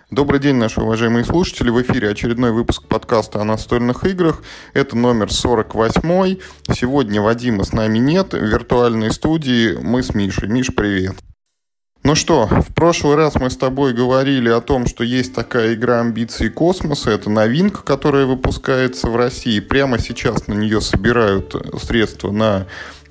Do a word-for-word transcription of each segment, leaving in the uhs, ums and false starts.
Добрый день, наши уважаемые слушатели. В эфире очередной выпуск подкаста о настольных играх. Это номер сорок восемь. Сегодня Вадима с нами нет. В виртуальной студии мы с Мишей. Миш, привет. Ну что, в прошлый раз мы с тобой говорили о том, что есть такая игра «Амбиции космоса». Это новинка, которая выпускается в России. Прямо сейчас на нее собирают средства на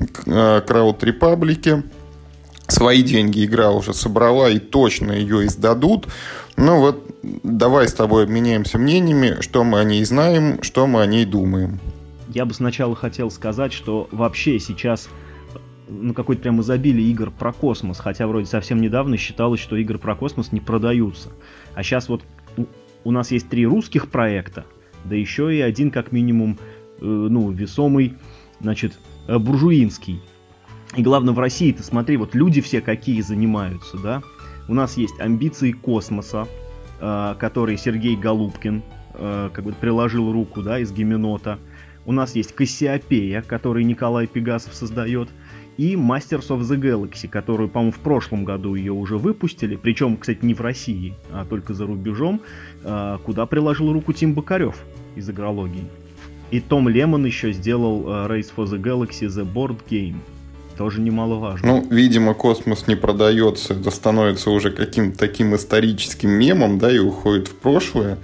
Crowd Republic. Свои деньги игра уже собрала и точно ее издадут. Ну вот, давай с тобой обменяемся мнениями, что мы о ней знаем, что мы о ней думаем. Я бы сначала хотел сказать, что вообще сейчас ну, какое-то прям изобилие игр про космос, хотя вроде совсем недавно считалось, что игры про космос не продаются. А сейчас вот у нас есть три русских проекта, да еще и один как минимум, э, ну, весомый, значит, буржуинский. И главное, в России-то, смотри, вот люди все какие занимаются, да. У нас есть «Амбиции космоса», э, который Сергей Голубкин э, как бы приложил руку, да, из Гименота. У нас есть «Кассиопея», который Николай Пегасов создает. И «Masters of the Galaxy», которую, по-моему, в прошлом году ее уже выпустили. Причем, кстати, не в России, а только за рубежом, э, куда приложил руку Тим Бокарев из игрологии. И Том Лемон еще сделал э, «Race for the Galaxy The Board Game». Тоже немаловажно. Ну, видимо, космос не продается, это становится уже каким-то таким историческим мемом, да, и уходит в прошлое,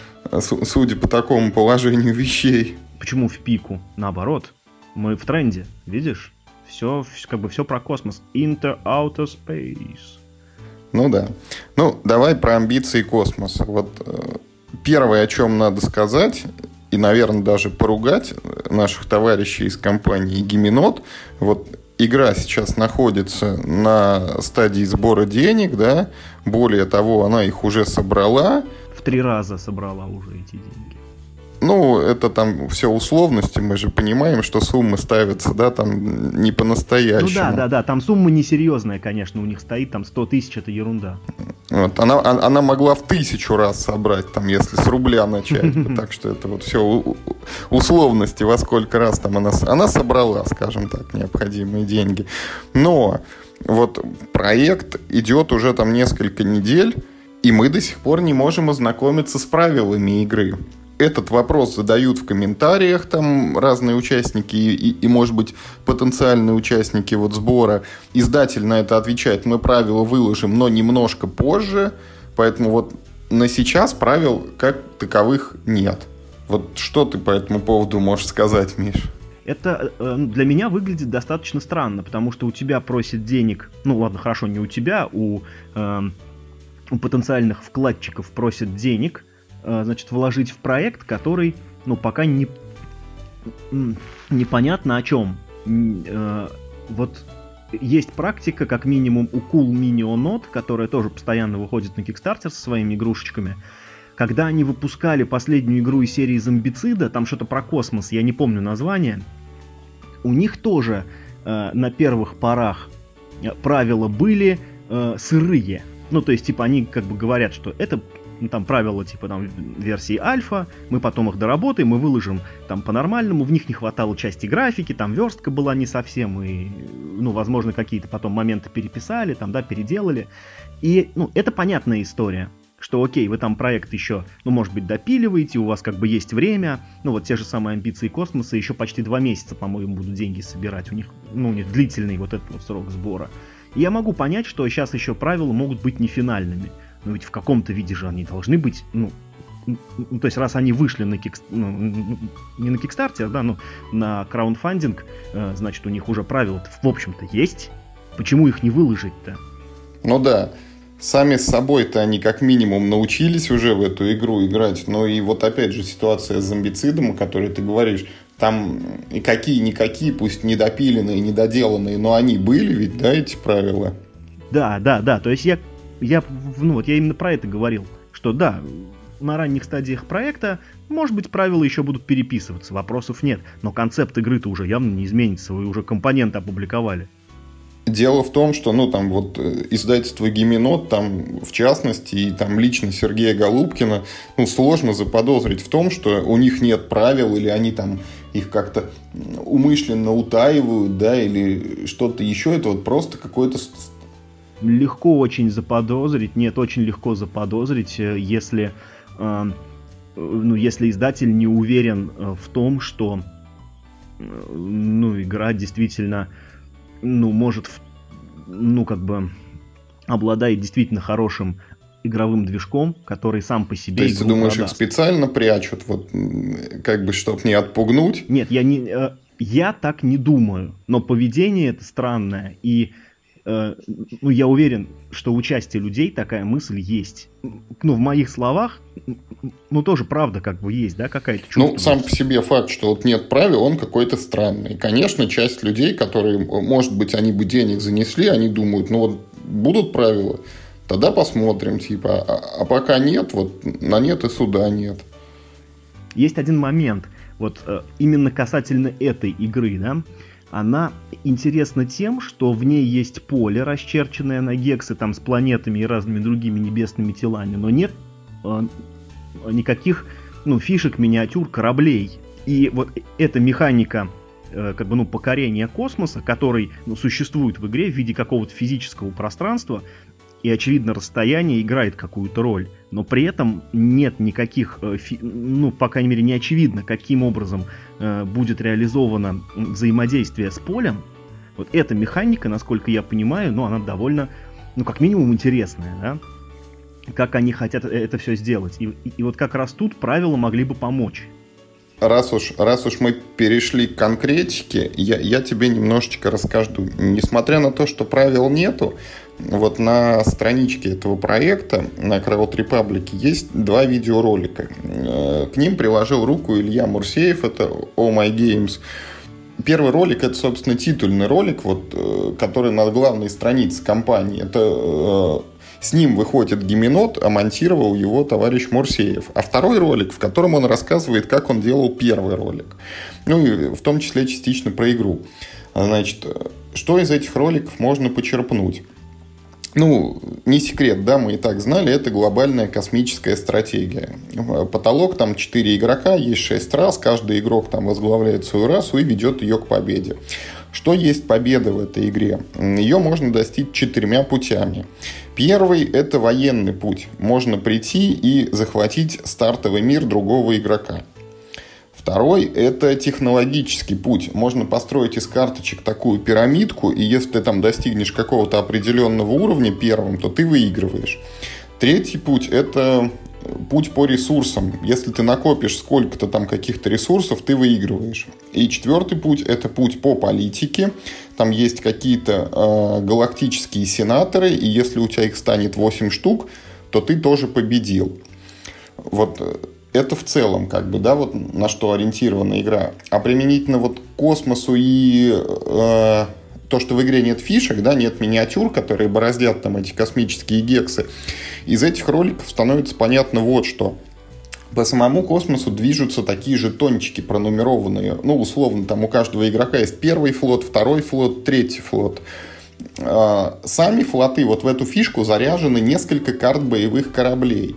судя по такому положению вещей. Почему в пику? Наоборот, мы в тренде, видишь? Все, как бы все про космос. Inter Outer Space. Ну да. Ну, давай про амбиции космоса. Вот э, первое, о чем надо сказать, и, наверное, даже поругать наших товарищей из компании Гименот, вот игра сейчас находится на стадии сбора денег, да, более того, она их уже собрала. В три раза собрала уже эти деньги. Ну, это там все условности, мы же понимаем, что суммы ставятся, да, там не по-настоящему. Ну да, да, да, там сумма несерьезная, конечно, у них стоит, там сто тысяч, это ерунда. Вот, она, она могла в тысячу раз собрать, там, если с рубля начать, так что это вот все условности, во сколько раз там она, она собрала, скажем так, необходимые деньги. Но вот проект идет уже там несколько недель, и мы до сих пор не можем ознакомиться с правилами игры. Этот вопрос задают в комментариях там разные участники и, и, и, может быть, потенциальные участники вот сбора. Издатель на это отвечает: мы правила выложим, но немножко позже. Поэтому вот на сейчас правил как таковых нет. Вот что ты по этому поводу можешь сказать, Миш? Это э, для меня выглядит достаточно странно, потому что у тебя просят денег, ну ладно, хорошо, не у тебя, у, э, у потенциальных вкладчиков просят денег, значит, вложить в проект, который, ну, пока не непонятно о чем. Вот есть практика, как минимум, у Cool Mini которая тоже постоянно выходит на Kickstarter со своими игрушечками. Когда они выпускали последнюю игру из серии Зомбицида, там что-то про космос, я не помню название, у них тоже э, на первых порах правила были э, сырые. Ну, то есть, типа, они как бы говорят, что это... Ну, там правила, типа, там, версии альфа, мы потом их доработаем, мы выложим там по-нормальному, в них не хватало части графики, там верстка была не совсем, и, ну, возможно, какие-то потом моменты переписали, там, да, переделали. И, ну, это понятная история, что, окей, вы там проект еще, ну, может быть, допиливаете, у вас как бы есть время, ну, вот те же самые «Амбиции космоса», еще почти два месяца, по-моему, будут деньги собирать, у них, ну, у них длительный вот этот вот срок сбора. И я могу понять, что сейчас еще правила могут быть не финальными. Но ведь в каком-то виде же они должны быть, ну, ну то есть раз они вышли на кикс, ну, не на Kickstarter, да, ну, на краундфандинг, э, значит, у них уже правила, в общем-то, есть. Почему их не выложить-то? Ну да, сами с собой-то они как минимум научились уже в эту игру играть, но и вот опять же ситуация с зомбицидом, о которой ты говоришь, там и какие-никакие, пусть недопиленные, недоделанные, но они были ведь, да, эти правила? Да, да, да, то есть я Я, ну, вот я именно про это говорил, что да, на ранних стадиях проекта, может быть, правила еще будут переписываться, вопросов нет, но концепт игры-то уже явно не изменится, вы уже компоненты опубликовали. Дело в том, что, ну, там вот издательство Гименот, там, в частности, и там лично Сергея Голубкина, ну, сложно заподозрить в том, что у них нет правил, или они там их как-то умышленно утаивают, да, или что-то еще. Это вот просто какое-то легко очень заподозрить, нет, очень легко заподозрить, если, э, ну, если издатель не уверен в том, что ну, игра действительно ну, может, ну, как бы обладает действительно хорошим игровым движком, который сам по себе. То есть ты думаешь, продаст. Их специально прячут, вот, как бы, чтобы не отпугнуть? Нет, я не, я так не думаю, но поведение это странное, и э, ну, я уверен, что у части людей такая мысль есть. Ну, в моих словах, ну, тоже правда как бы есть, да, какая-то чувство. Ну, сам по себе факт, что вот нет правил, он какой-то странный. Конечно, часть людей, которые, может быть, они бы денег занесли, они думают, ну, вот будут правила, тогда посмотрим, типа, а, а пока нет, вот на нет и суда нет. Есть один момент, вот именно касательно этой игры, да, она интересна тем, что в ней есть поле, расчерченное на гексы, там, с планетами и разными другими небесными телами, но нет э, никаких, ну, фишек, миниатюр, кораблей. И вот эта механика, э, как бы, ну, покорения космоса, который, ну, существует в игре в виде какого-то физического пространства, и, очевидно, расстояние играет какую-то роль, но при этом нет никаких, ну, по крайней мере, не очевидно, каким образом э, будет реализовано взаимодействие с полем. Вот эта механика, насколько я понимаю, ну, она довольно, ну, как минимум, интересная, да? Как они хотят это все сделать. И, и, и вот как раз тут правила могли бы помочь. Раз уж, раз уж мы перешли к конкретике, я, я тебе немножечко расскажу. Несмотря на то, что правил нету, вот на страничке этого проекта, на Crowd Republic, есть два видеоролика. К ним приложил руку Илья Мурсеев, это Oh My Games. Первый ролик, это, собственно, титульный ролик, вот, который на главной странице компании. Это с ним выходит Гименот, а монтировал его товарищ Мурсеев. А второй ролик, в котором он рассказывает, как он делал первый ролик. Ну, и в том числе частично про игру. Значит, что из этих роликов можно почерпнуть? Ну, не секрет, да, мы и так знали, это глобальная космическая стратегия. Потолок, там четыре игрока, есть шесть рас, каждый игрок там возглавляет свою расу и ведет ее к победе. Что есть победа в этой игре? Ее можно достичь четырьмя путями. Первый – это военный путь. Можно прийти и захватить стартовый мир другого игрока. Второй – это технологический путь. Можно построить из карточек такую пирамидку, и если ты там достигнешь какого-то определенного уровня первым, то ты выигрываешь. Третий путь – это путь по ресурсам. Если ты накопишь сколько-то там каких-то ресурсов, ты выигрываешь. И четвертый путь – это путь по политике. Там есть какие-то э, галактические сенаторы, и если у тебя их станет восемь штук, то ты тоже победил. Вот. Это в целом, как бы, да, вот на что ориентирована игра. А применительно вот к космосу и э, то, что в игре нет фишек, да, нет миниатюр, которые бороздят там эти космические гексы, из этих роликов становится понятно вот что. По самому космосу движутся такие жетончики пронумерованные. Ну, условно, там у каждого игрока есть первый флот, второй флот, третий флот. Э, сами флоты вот в эту фишку заряжены несколько карт боевых кораблей.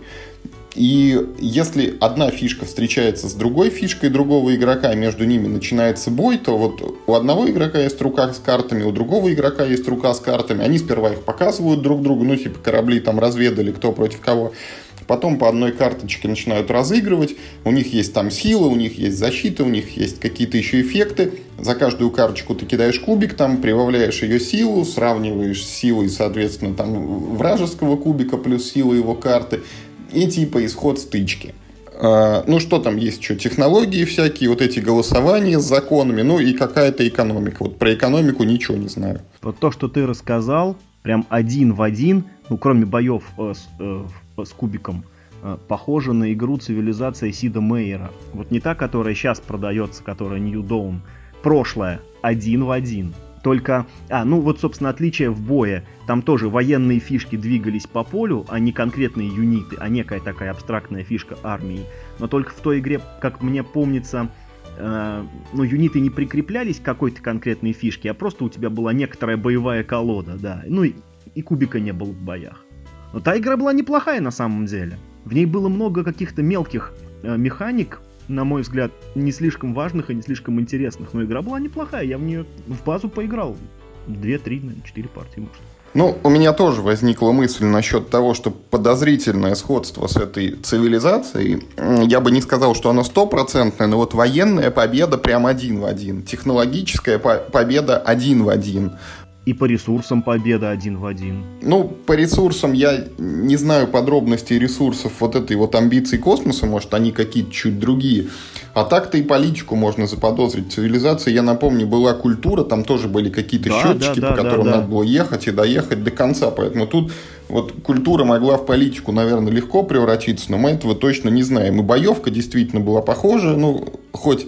И если одна фишка встречается с другой фишкой другого игрока, и между ними начинается бой, то вот у одного игрока есть рука с картами, у другого игрока есть рука с картами. Они сперва их показывают друг другу, ну типа корабли там разведали, кто против кого. Потом по одной карточке начинают разыгрывать. У них есть там силы, у них есть защита, у них есть какие-то еще эффекты. За каждую карточку ты кидаешь кубик, там прибавляешь ее силу, сравниваешь с силой, соответственно, там вражеского кубика плюс сила его карты. И типа исход стычки. А, ну, что там есть еще? Технологии всякие, вот эти голосования с законами, ну и какая-то экономика. Вот про экономику ничего не знаю. Вот то, что ты рассказал, прям один в один, ну, кроме боев э, с, э, с кубиком, э, похоже на игру «Цивилизация» Сида Мейера. Вот не та, которая сейчас продается, которая New Dawn. Прошлое. Один в один. Только, а, ну вот, собственно, отличие в бое. Там тоже военные фишки двигались по полю, а не конкретные юниты, а некая такая абстрактная фишка армии. Но только в той игре, как мне помнится, э, ну, юниты не прикреплялись к какой-то конкретной фишке, а просто у тебя была некоторая боевая колода, да. Ну и, и кубика не было в боях. Но та игра была неплохая на самом деле. В ней было много каких-то мелких э, механик, на мой взгляд, не слишком важных и не слишком интересных. Но игра была неплохая, я в нее в базу поиграл. Две, три, четыре партии, может. Ну, у меня тоже возникла мысль насчет того, что подозрительное сходство с этой цивилизацией. Я бы не сказал, что оно стопроцентное, но вот военная победа прям один в один. Технологическая по- победа один в один. И по ресурсам победа один в один. Ну, по ресурсам я не знаю подробностей ресурсов вот этой вот амбиции космоса. Может, они какие-то чуть другие. А так-то и политику можно заподозрить. Цивилизация, я напомню, была культура. Там тоже были какие-то да, счетчики, да, да, по которым да, да. надо было ехать и доехать до конца. Поэтому тут вот культура могла в политику, наверное, легко превратиться. Но мы этого точно не знаем. И боевка действительно была похожа. Ну, хоть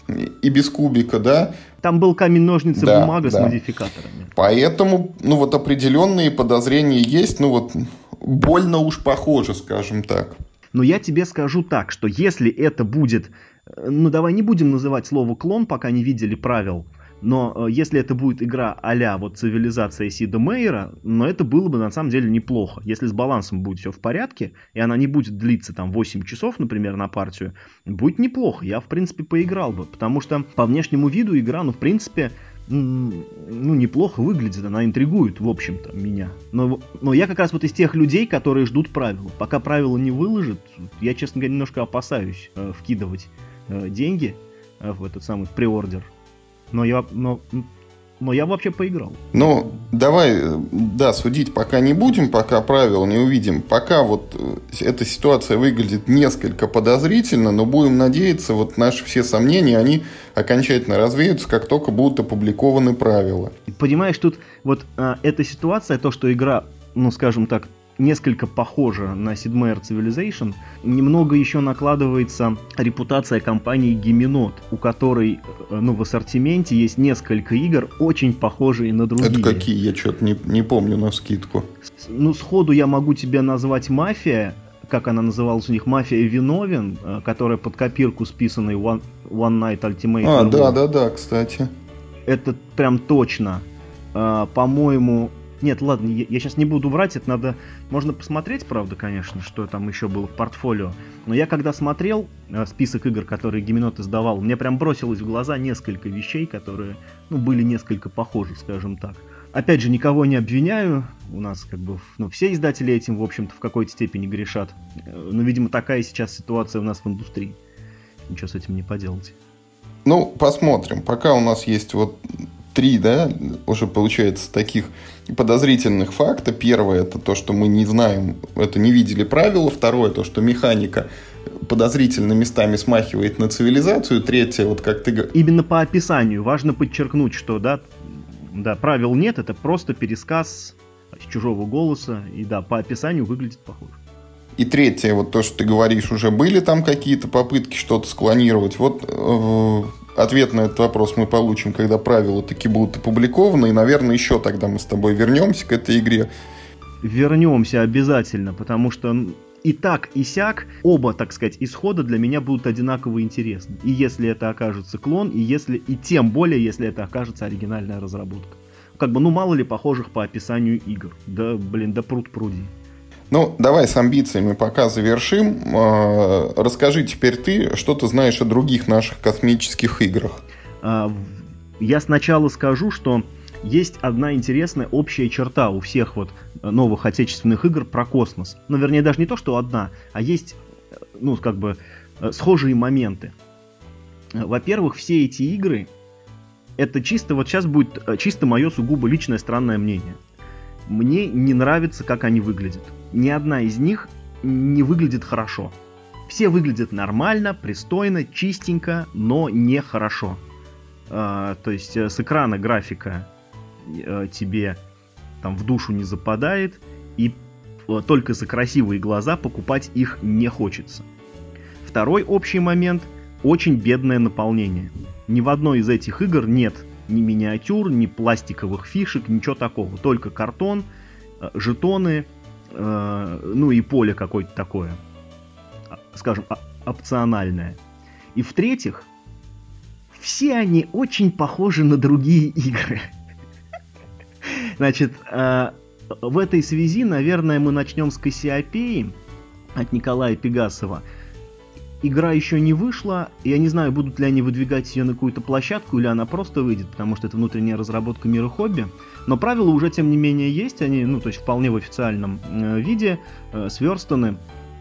и без кубика, да. Там был камень-ножницы-бумага да, да. с модификаторами. Поэтому, ну, вот определенные подозрения есть, ну, вот больно уж похоже, скажем так. Но я тебе скажу так, что если это будет, ну, давай не будем называть слово клон, пока не видели правил, но если это будет игра а-ля вот цивилизация Сида Мейера, но это было бы на самом деле неплохо. Если с балансом будет все в порядке, и она не будет длиться там восемь часов, например, на партию, будет неплохо. Я, в принципе, поиграл бы, потому что по внешнему виду игра, ну, в принципе, ну, неплохо выглядит, она интригует, в общем-то, меня. Но, но я как раз вот из тех людей, которые ждут правила. Пока правила не выложат, я, честно говоря, немножко опасаюсь э, вкидывать э, деньги э, в этот самый в преордер. Но я, но, но я вообще поиграл. Ну, давай, да, судить пока не будем, пока правил не увидим. Пока вот эта ситуация выглядит несколько подозрительно, но будем надеяться, вот наши все сомнения, они окончательно развеются, как только будут опубликованы правила. Понимаешь, тут вот а, эта ситуация, то, что игра, ну, скажем так, несколько похожа на Sid Meier Civilization, немного еще накладывается репутация компании Geminot, у которой, ну, в ассортименте есть несколько игр, очень похожие на другие. Это какие? Я что-то не, не помню навскидку. Ну, сходу я могу тебе назвать «Мафия», как она называлась у них, «Мафия Виновен», которая под копирку списанной One, One Night Ultimate. А, да-да-да, кстати. Это прям точно. По-моему... Нет, ладно, я, я сейчас не буду врать, это надо... Можно посмотреть, правда, конечно, что там еще было в портфолио. Но я когда смотрел э, список игр, которые Geminot издавал, мне прям бросилось в глаза несколько вещей, которые, ну, были несколько похожи, скажем так. Опять же, никого не обвиняю. У нас, как бы, ну, все издатели этим, в общем-то, в какой-то степени грешат. Но, видимо, такая сейчас ситуация у нас в индустрии. Ничего с этим не поделать. Ну, посмотрим. Пока у нас есть вот... Три, да, уже получается таких подозрительных факта. Первое, это то, что мы не знаем, это не видели правила. Второе, то, что механика подозрительно местами смахивает на цивилизацию. Третье, вот как ты говоришь... Именно по описанию. Важно подчеркнуть, что, да, да, правил нет, это просто пересказ с чужого голоса. И да, по описанию выглядит похоже. И третье, вот то, что ты говоришь, уже были там какие-то попытки что-то склонировать. Вот... Э- Ответ на этот вопрос мы получим, когда правила таки будут опубликованы. И, наверное, еще тогда мы с тобой вернемся к этой игре. Вернемся обязательно, потому что и так, и сяк, оба, так сказать, исхода для меня будут одинаково интересны. И если это окажется клон, и, если, и тем более, если это окажется оригинальная разработка. Как бы, ну, мало ли похожих по описанию игр. Да, блин, да пруд пруди. Ну, давай с амбициями пока завершим. Расскажи теперь ты, что ты знаешь о других наших космических играх. Я сначала скажу, что есть одна интересная общая черта у всех вот новых отечественных игр про космос. Ну, вернее, даже не то, что одна, а есть, ну, как бы, схожие моменты. Во-первых, все эти игры, это чисто, вот сейчас будет чисто мое сугубо личное странное мнение. Мне не нравится, как они выглядят. Ни одна из них не выглядит хорошо. Все выглядят нормально, пристойно, чистенько, но не хорошо. А, то есть с экрана графика а, тебе там в душу не западает, и а, только за красивые глаза покупать их не хочется. Второй общий момент – очень бедное наполнение. Ни в одной из этих игр нет ни миниатюр, ни пластиковых фишек, ничего такого. Только картон, жетоны, э, ну и поле какое-то такое, скажем, опциональное. И в-третьих, все они очень похожи на другие игры. Значит, э, в этой связи, наверное, мы начнем с Кассиопеи от Николая Пегасова. игра еще не вышла, я не знаю, будут ли они выдвигать ее на какую-то площадку, или она просто выйдет, потому что это внутренняя разработка мира хобби. Но правила уже, тем не менее, есть, они, ну, то есть вполне в официальном э, виде, э, сверстаны.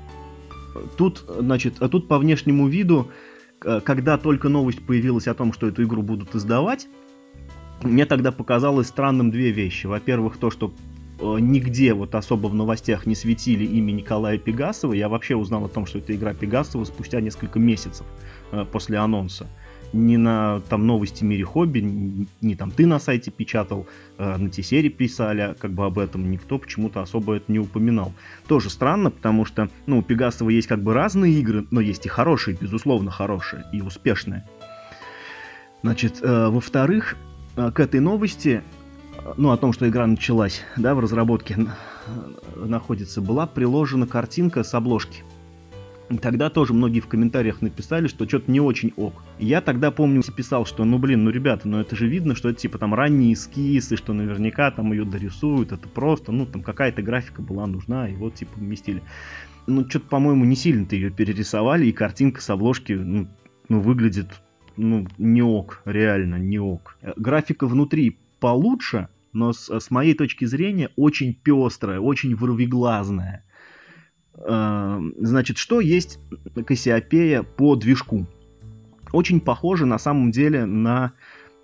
Тут, значит, а тут по внешнему виду, э, когда только новость появилась о том, что эту игру будут издавать, мне тогда показалось странным две вещи. Во-первых, то, что нигде вот особо в новостях не светили имя Николая Пегасова. Я вообще узнал о том, что это игра Пегасова спустя несколько месяцев э, после анонса. Ни на там новости Мире Хобби, ни, ни там ты на сайте печатал, э, на Тесере писали как бы об этом. Никто почему-то особо это не упоминал. Тоже странно, потому что ну, у Пегасова есть как бы разные игры, но есть и хорошие, безусловно хорошие, и успешные. Значит, э, во-вторых, э, к этой новости... ну, о том, что игра началась, да, в разработке находится, была приложена картинка с обложки. И тогда тоже многие в комментариях написали, что что-то не очень ок. И я тогда, помню, писал, что, ну, блин, ну, ребята, ну, это же видно, что это, типа, там, ранние эскизы, что наверняка там ее дорисуют, это просто, ну, там, какая-то графика была нужна, и вот, типа, уместили. Ну, что-то, по-моему, не сильно-то ее перерисовали, и картинка с обложки, ну, ну выглядит, ну, не ок, реально, не ок. Графика внутри получше, но с, с моей точки зрения очень пестрая, очень вырвиглазная. Э, значит, что есть Кассиопея по движку? Очень похоже на самом деле на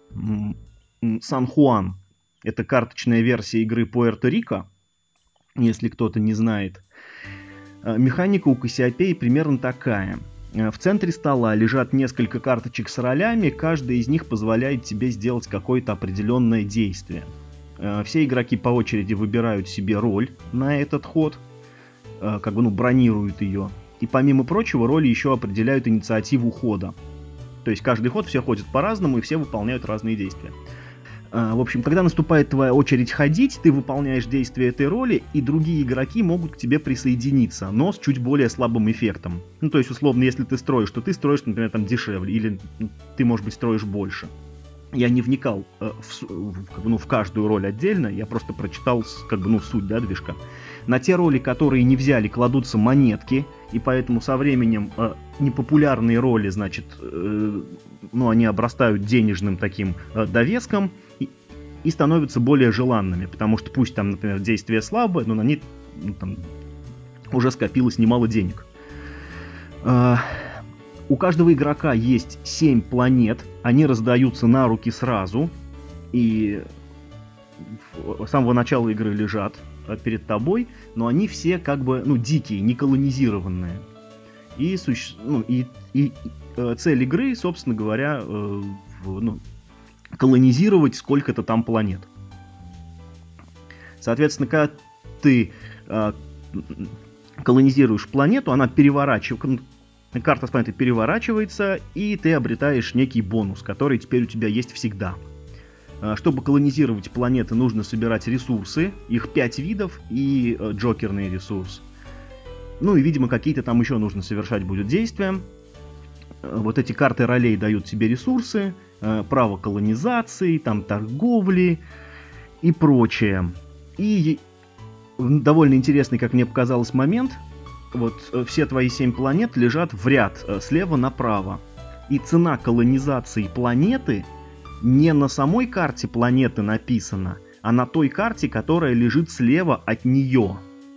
Сан-Хуан. Это карточная версия игры Пуэрто-Рико, если кто-то не знает. Э, механика у Кассиопеи примерно такая. В центре стола лежат несколько карточек с ролями, каждая из них позволяет тебе сделать какое-то определенное действие. Все игроки по очереди выбирают себе роль на этот ход, как бы, ну, бронируют ее. И помимо прочего, роли еще определяют инициативу хода. То есть каждый ход все ходят по-разному и все выполняют разные действия. В общем, когда наступает твоя очередь ходить, ты выполняешь действие этой роли, и другие игроки могут к тебе присоединиться, но с чуть более слабым эффектом. Ну, то есть, условно, если ты строишь, то ты строишь, например, там дешевле, или ты, может быть, строишь больше. Я не вникал э, в, в, ну, в каждую роль отдельно, я просто прочитал как бы, ну, суть, да, движка. На те роли, которые не взяли, кладутся монетки, и поэтому со временем э, непопулярные роли, значит, э, ну, они обрастают денежным таким э, довеском и, и становятся более желанными, потому что пусть там, например, действие слабое, но на них ну, там, уже скопилось немало денег. Э, У каждого игрока есть семь планет, они раздаются на руки сразу, и с самого начала игры лежат перед тобой, но они все как бы, ну, дикие, не колонизированные. И, суще... ну, и, и, и цель игры, собственно говоря, э, в, ну, колонизировать сколько-то там планет. Соответственно, когда ты э, колонизируешь планету, она переворачивается, карта с планетой переворачивается, и ты обретаешь некий бонус, который теперь у тебя есть всегда. Чтобы колонизировать планеты, нужно собирать ресурсы, их пять видов и э, джокерный ресурс. Ну и, видимо, какие-то там еще нужно совершать будет действия. Вот эти карты ролей дают тебе ресурсы, э, право колонизации, там торговли и прочее. И довольно интересный, как мне показалось, момент. Вот э, все твои семь планет лежат в ряд э, слева направо. И цена колонизации планеты не на самой карте планеты написана, а на той карте, которая лежит слева от нее.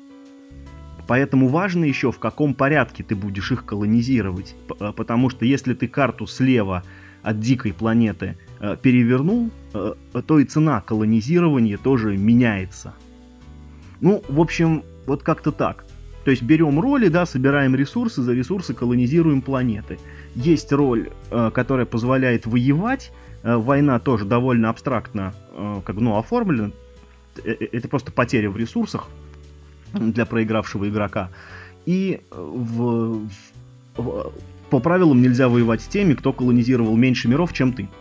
Поэтому важно еще, в каком порядке ты будешь их колонизировать. Потому что если ты карту слева от дикой планеты э, перевернул, э, то и цена колонизирования тоже меняется. Ну, в общем, вот как-то так. То есть берем роли, да, собираем ресурсы, за ресурсы колонизируем планеты. Есть роль, э, которая позволяет воевать. Э, война тоже довольно абстрактно э, как, ну, оформлена. Это просто потеря в ресурсах для проигравшего игрока. И в, в, по правилам нельзя воевать с теми, кто колонизировал меньше миров, чем ты.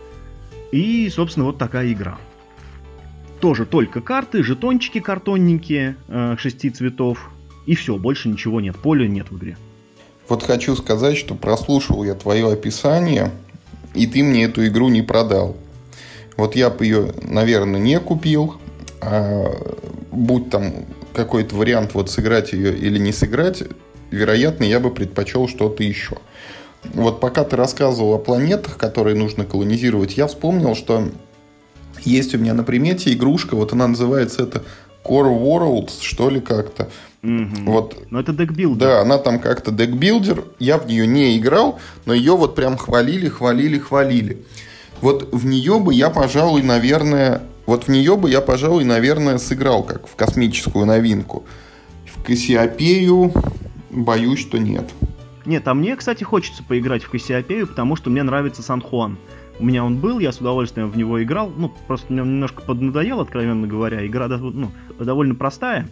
И, собственно, вот такая игра. Тоже только карты, жетончики картонненькие, э, шести цветов. И все, больше ничего нет, поля нет в игре. Вот хочу сказать, что прослушал я твое описание, и ты мне эту игру не продал. Вот я бы ее, наверное, не купил. А будь там какой-то вариант вот сыграть ее или не сыграть, вероятно, я бы предпочел что-то еще. Вот пока ты рассказывал о планетах, которые нужно колонизировать, я вспомнил, что есть у меня на примете игрушка, вот она называется это Core Worlds, что ли, как-то. Mm-hmm. Вот. Но это декбилдер. Да, она там как-то декбилдер. Я в нее не играл, но ее вот прям хвалили, хвалили, хвалили. Вот в нее бы я, пожалуй, наверное... Вот в нее бы я, пожалуй, наверное, сыграл, как в космическую новинку. В Кассиопею боюсь, что нет. Нет, а мне, кстати, хочется поиграть в Кассиопею, потому что мне нравится Сан-Хуан. У меня он был, я с удовольствием в него играл. Ну, просто мне немножко поднадоел, откровенно говоря. Игра ну, довольно простая,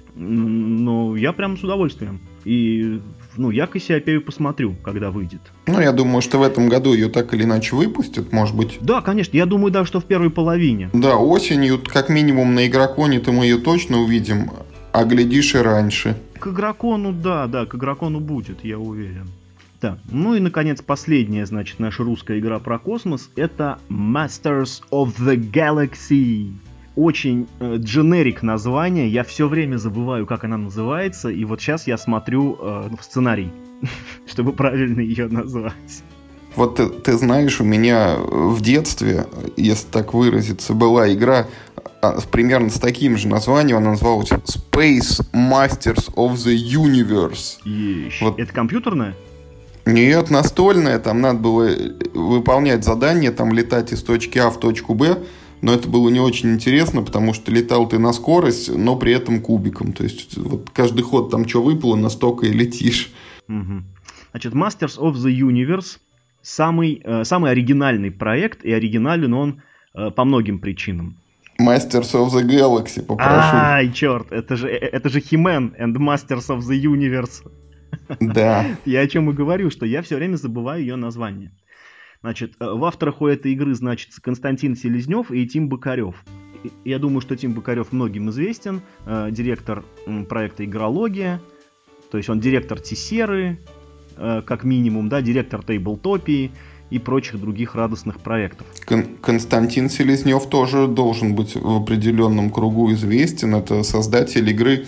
но я прям с удовольствием. И, ну, я Кассиопею посмотрю, когда выйдет. Ну, я думаю, что в этом году ее так или иначе выпустят, может быть. Да, конечно, я думаю, да, что в первой половине. Да, осенью, как минимум на Игроконе-то мы ее точно увидим, а глядишь и раньше. К Игрокону, да, да, к Игрокону будет, я уверен. Да. Ну и, наконец, последняя, значит, наша русская игра про космос — это Masters of the Galaxy. Очень э, дженерик название, я все время забываю, как она называется, и вот сейчас я смотрю э, в сценарий, чтобы правильно ее назвать. Вот ты, ты знаешь, у меня в детстве, если так выразиться, была игра примерно с таким же названием, она называлась Space Masters of the Universe. Вот. Это компьютерная? Нет, настольная, там надо было выполнять задания, там летать из точки А в точку Б, но это было не очень интересно, потому что летал ты на скорость, но при этом кубиком, то есть вот каждый ход там что выпало, настолько и летишь. Угу. Значит, Masters of the Universe самый, э, самый оригинальный проект, и оригинален он э, по многим причинам. Masters of the Galaxy, попрошу. Ай, черт, это же, это же He-Man and Masters of the Universe. Да. Я о чем и говорю, что я все время забываю ее название. Значит, в авторах у этой игры значится Константин Селезнев и Тим Бокарев. Я думаю, что Тим Бокарев многим известен, директор проекта «Игрология», то есть он директор Тесеры, как минимум, да, директор Тейблтопии и прочих других радостных проектов. Кон- Константин Селезнев тоже должен быть в определенном кругу известен. Это создатель игры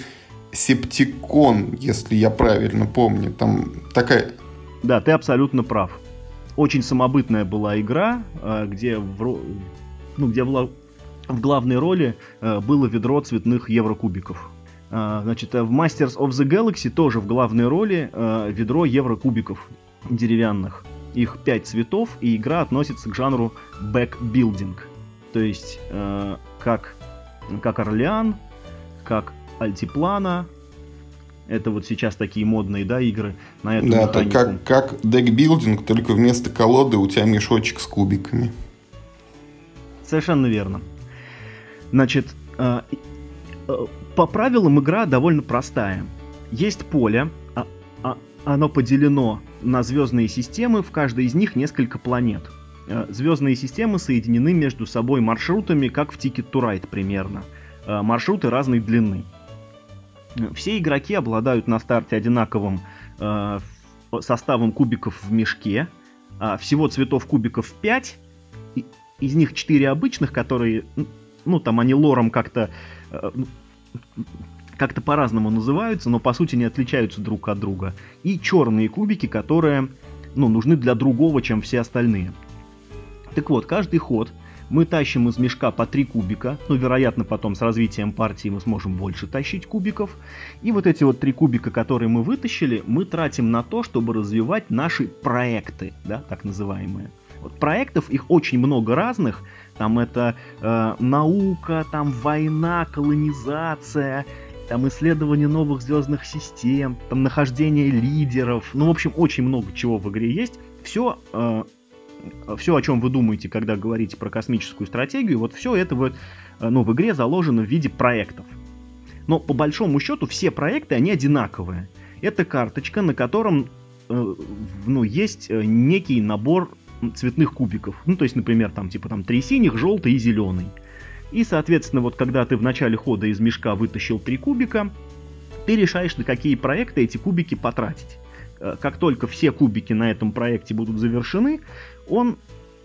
Септикон, если я правильно помню. Там такая... Да, ты абсолютно прав. Очень самобытная была игра, где в, ну, где в, в главной роли было ведро цветных еврокубиков. Значит, в Masters of the Galaxy тоже в главной роли ведро еврокубиков деревянных. Их пять цветов, и игра относится к жанру бэкбилдинг. То есть, как, как Орлеан, как Альтиплана. Это вот сейчас такие модные, да, игры на эту да, механику. Да, как, как декбилдинг, только вместо колоды у тебя мешочек с кубиками. Совершенно верно. Значит, э, э, по правилам игра довольно простая. Есть поле, а, а, оно поделено на звездные системы, в каждой из них несколько планет. Э, звездные системы соединены между собой маршрутами, как в Ticket to Ride примерно. Э, маршруты разной длины. Все игроки обладают на старте одинаковым э, составом кубиков в мешке. Э, всего цветов кубиков пять. И, из них четыре обычных, которые, ну, там они лором как-то, э, как-то по-разному называются, но по сути не отличаются друг от друга. И черные кубики, которые, ну, нужны для другого, чем все остальные. Так вот, каждый ход мы тащим из мешка по три кубика. Ну, вероятно, потом с развитием партии мы сможем больше тащить кубиков. И вот эти вот три кубика, которые мы вытащили, мы тратим на то, чтобы развивать наши проекты, да, так называемые. Вот проектов их очень много разных. Там это э, наука, там война, колонизация, там исследование новых звездных систем, там нахождение лидеров. Ну, в общем, очень много чего в игре есть. Все... Э, Все, о чем вы думаете, когда говорите про космическую стратегию, вот все это вот, ну, в игре заложено в виде проектов. Но по большому счету все проекты, они одинаковые. Это карточка, на котором э, ну, есть некий набор цветных кубиков. Ну, то есть, например, там типа там три синих, желтый и зеленый. И, соответственно, вот когда ты в начале хода из мешка вытащил три кубика, ты решаешь, на какие проекты эти кубики потратить. Как только все кубики на этом проекте будут завершены, он,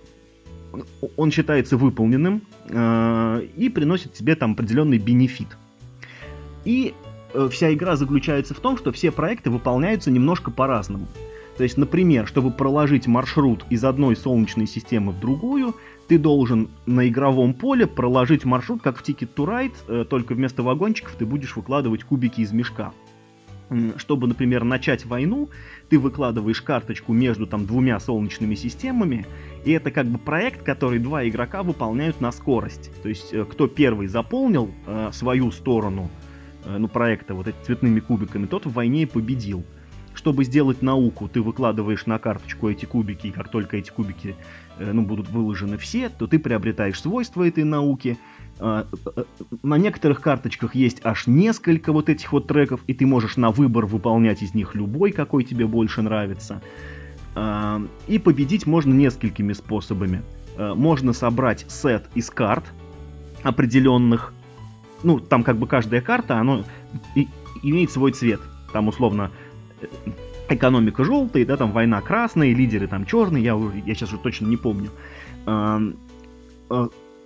он считается выполненным э, и приносит тебе там определенный бенефит. И вся игра заключается в том, что все проекты выполняются немножко по-разному. То есть, например, чтобы проложить маршрут из одной солнечной системы в другую, ты должен на игровом поле проложить маршрут, как в Ticket to Ride, только вместо вагончиков ты будешь выкладывать кубики из мешка. Чтобы, например, начать войну, ты выкладываешь карточку между там двумя солнечными системами, и это как бы проект, который два игрока выполняют на скорость. То есть, кто первый заполнил э, свою сторону э, ну, проекта вот этими цветными кубиками, тот в войне и победил. Чтобы сделать науку, ты выкладываешь на карточку эти кубики, и как только эти кубики э, ну, будут выложены все, то ты приобретаешь свойства этой науки. Э, э, на некоторых карточках есть аж несколько вот этих вот треков, и ты можешь на выбор выполнять из них любой, какой тебе больше нравится. Э, и победить можно несколькими способами. Э, можно собрать сет из карт определенных. Ну, там как бы каждая карта, она и, имеет свой цвет. Там условно экономика желтая, да, там война красная, лидеры там черные, я, я сейчас уже точно не помню. А, а,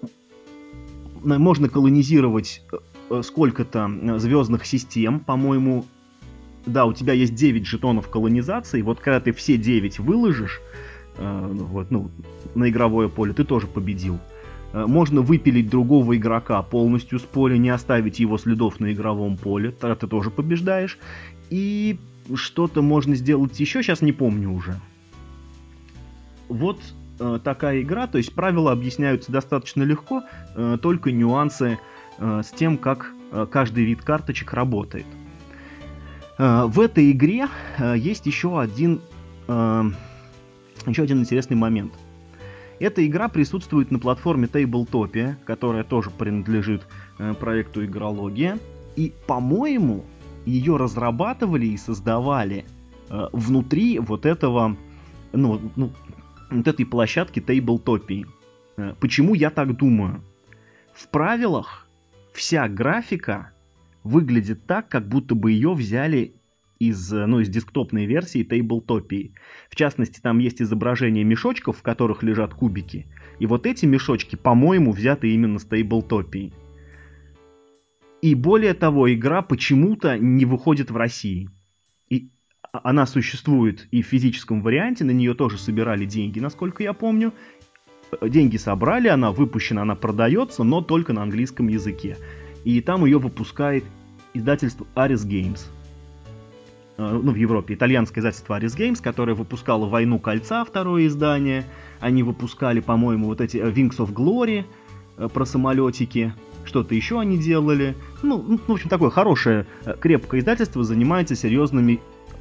можно колонизировать сколько-то звездных систем, по-моему, да, у тебя есть девять жетонов колонизации, вот когда ты все девять выложишь а, вот, ну, на игровое поле, ты тоже победил. А, можно выпилить другого игрока полностью с поля, не оставить его следов на игровом поле, тогда ты тоже побеждаешь. И что-то можно сделать еще, сейчас не помню уже. Вот э, такая игра, то есть правила объясняются достаточно легко, э, только нюансы э, с тем, как э, каждый вид карточек работает. Э, в этой игре э, есть еще один, э, еще один интересный момент. Эта игра присутствует на платформе Tabletopia, которая тоже принадлежит э, проекту Игрология, и, по-моему, ее разрабатывали и создавали э, внутри вот этого, ну, ну, вот этой площадки Tabletopia. Э, почему я так думаю? В правилах вся графика выглядит так, как будто бы ее взяли из, ну, из десктопной версии Tabletopia. В частности, там есть изображение мешочков, в которых лежат кубики. И вот эти мешочки, по-моему, взяты именно с Tabletopia. И более того, игра почему-то не выходит в России. И она существует и в физическом варианте, на нее тоже собирали деньги, насколько я помню. Деньги собрали, она выпущена, она продается, но только на английском языке. И там ее выпускает издательство Ares Games. Ну, в Европе. Итальянское издательство Ares Games, которое выпускало «Войну кольца», второе издание. Они выпускали, по-моему, вот эти Wings of Glory про самолетики. Что-то еще они делали. Ну, ну, в общем, такое хорошее, крепкое издательство, занимается серьезными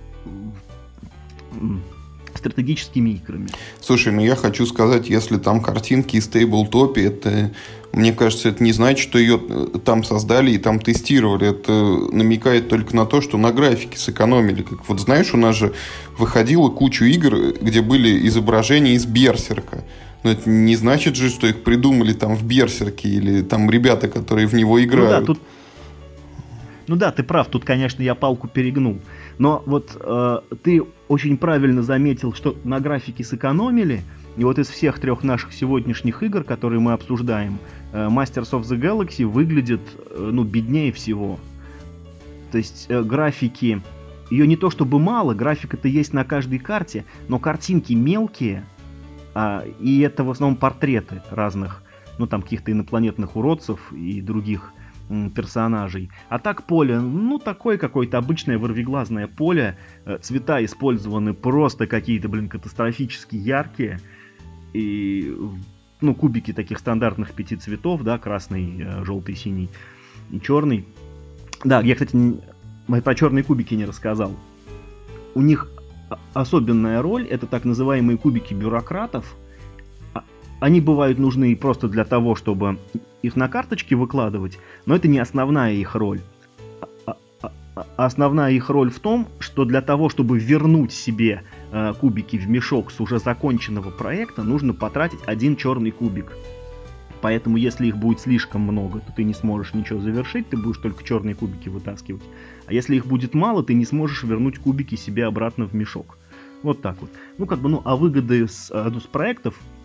стратегическими играми. Слушай, ну я хочу сказать, если там картинки из Tabletopia, это, мне кажется, это не значит, что ее там создали и там тестировали. Это намекает только на то, что на графике сэкономили. Как вот знаешь, у нас же выходила куча игр, где были изображения из Берсерка. Но это не значит же, что их придумали там в Берсерке или там ребята, которые в него играют. Ну да, тут... ну да, ты прав, тут, конечно, я палку перегнул. Но вот э, ты очень правильно заметил, что на графике сэкономили. И вот из всех трех наших сегодняшних игр, которые мы обсуждаем, э, Masters of the Galaxy выглядит э, ну, беднее всего. То есть э, графики... Ее не то чтобы мало, графика-то есть на каждой карте, но картинки мелкие. А, и это в основном портреты разных, ну там каких-то инопланетных уродцев и других м, персонажей. А так поле, ну такое какое-то обычное ворвиглазное поле. Цвета использованы просто какие-то, блин, катастрофически яркие. И, ну, кубики таких стандартных пяти цветов, да, красный, желтый, синий и черный. Да, я, кстати, не, про черные кубики не рассказал. У них особенная роль — это так называемые кубики бюрократов. Они бывают нужны просто для того, чтобы их на карточке выкладывать, но это не основная их роль. Основная их роль в том, что для того, чтобы вернуть себе э, кубики в мешок с уже законченного проекта, нужно потратить один черный кубик. Поэтому, если их будет слишком много, то ты не сможешь ничего завершить, ты будешь только черные кубики вытаскивать. А если их будет мало, ты не сможешь вернуть кубики себе обратно в мешок. Вот так вот. Ну, как бы, ну, а выгоды с, ну, с проектов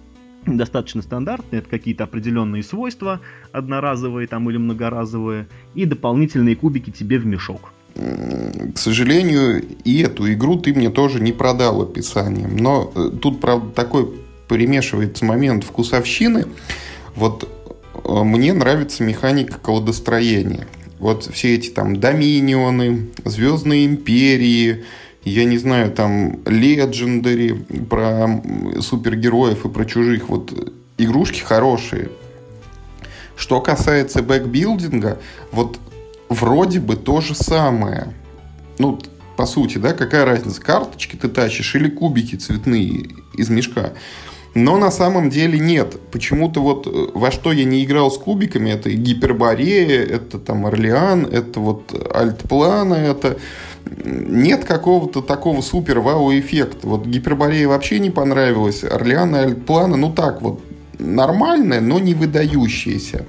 достаточно стандартные, это какие-то определенные свойства, одноразовые там или многоразовые, и дополнительные кубики тебе в мешок. К сожалению, и эту игру ты мне тоже не продал описанием. Но тут, правда, такой перемешивается момент вкусовщины. Вот мне нравится механика колодостроения. Вот все эти там Доминионы, Звездные империи, я не знаю, там Legendary, про супергероев и про чужих. Вот игрушки хорошие. Что касается бэкбилдинга, вот вроде бы то же самое. Ну, по сути, да, какая разница, карточки ты тащишь или кубики цветные из мешка. Но на самом деле нет. Почему-то вот во что я не играл с кубиками, это Гиперборея, это там Орлеан, это вот Альтплана, это... Нет какого-то такого супер-вау-эффекта. Вот Гиперборея вообще не понравилась, Орлеан и Альтплана, ну так вот, нормальная, но не выдающаяся.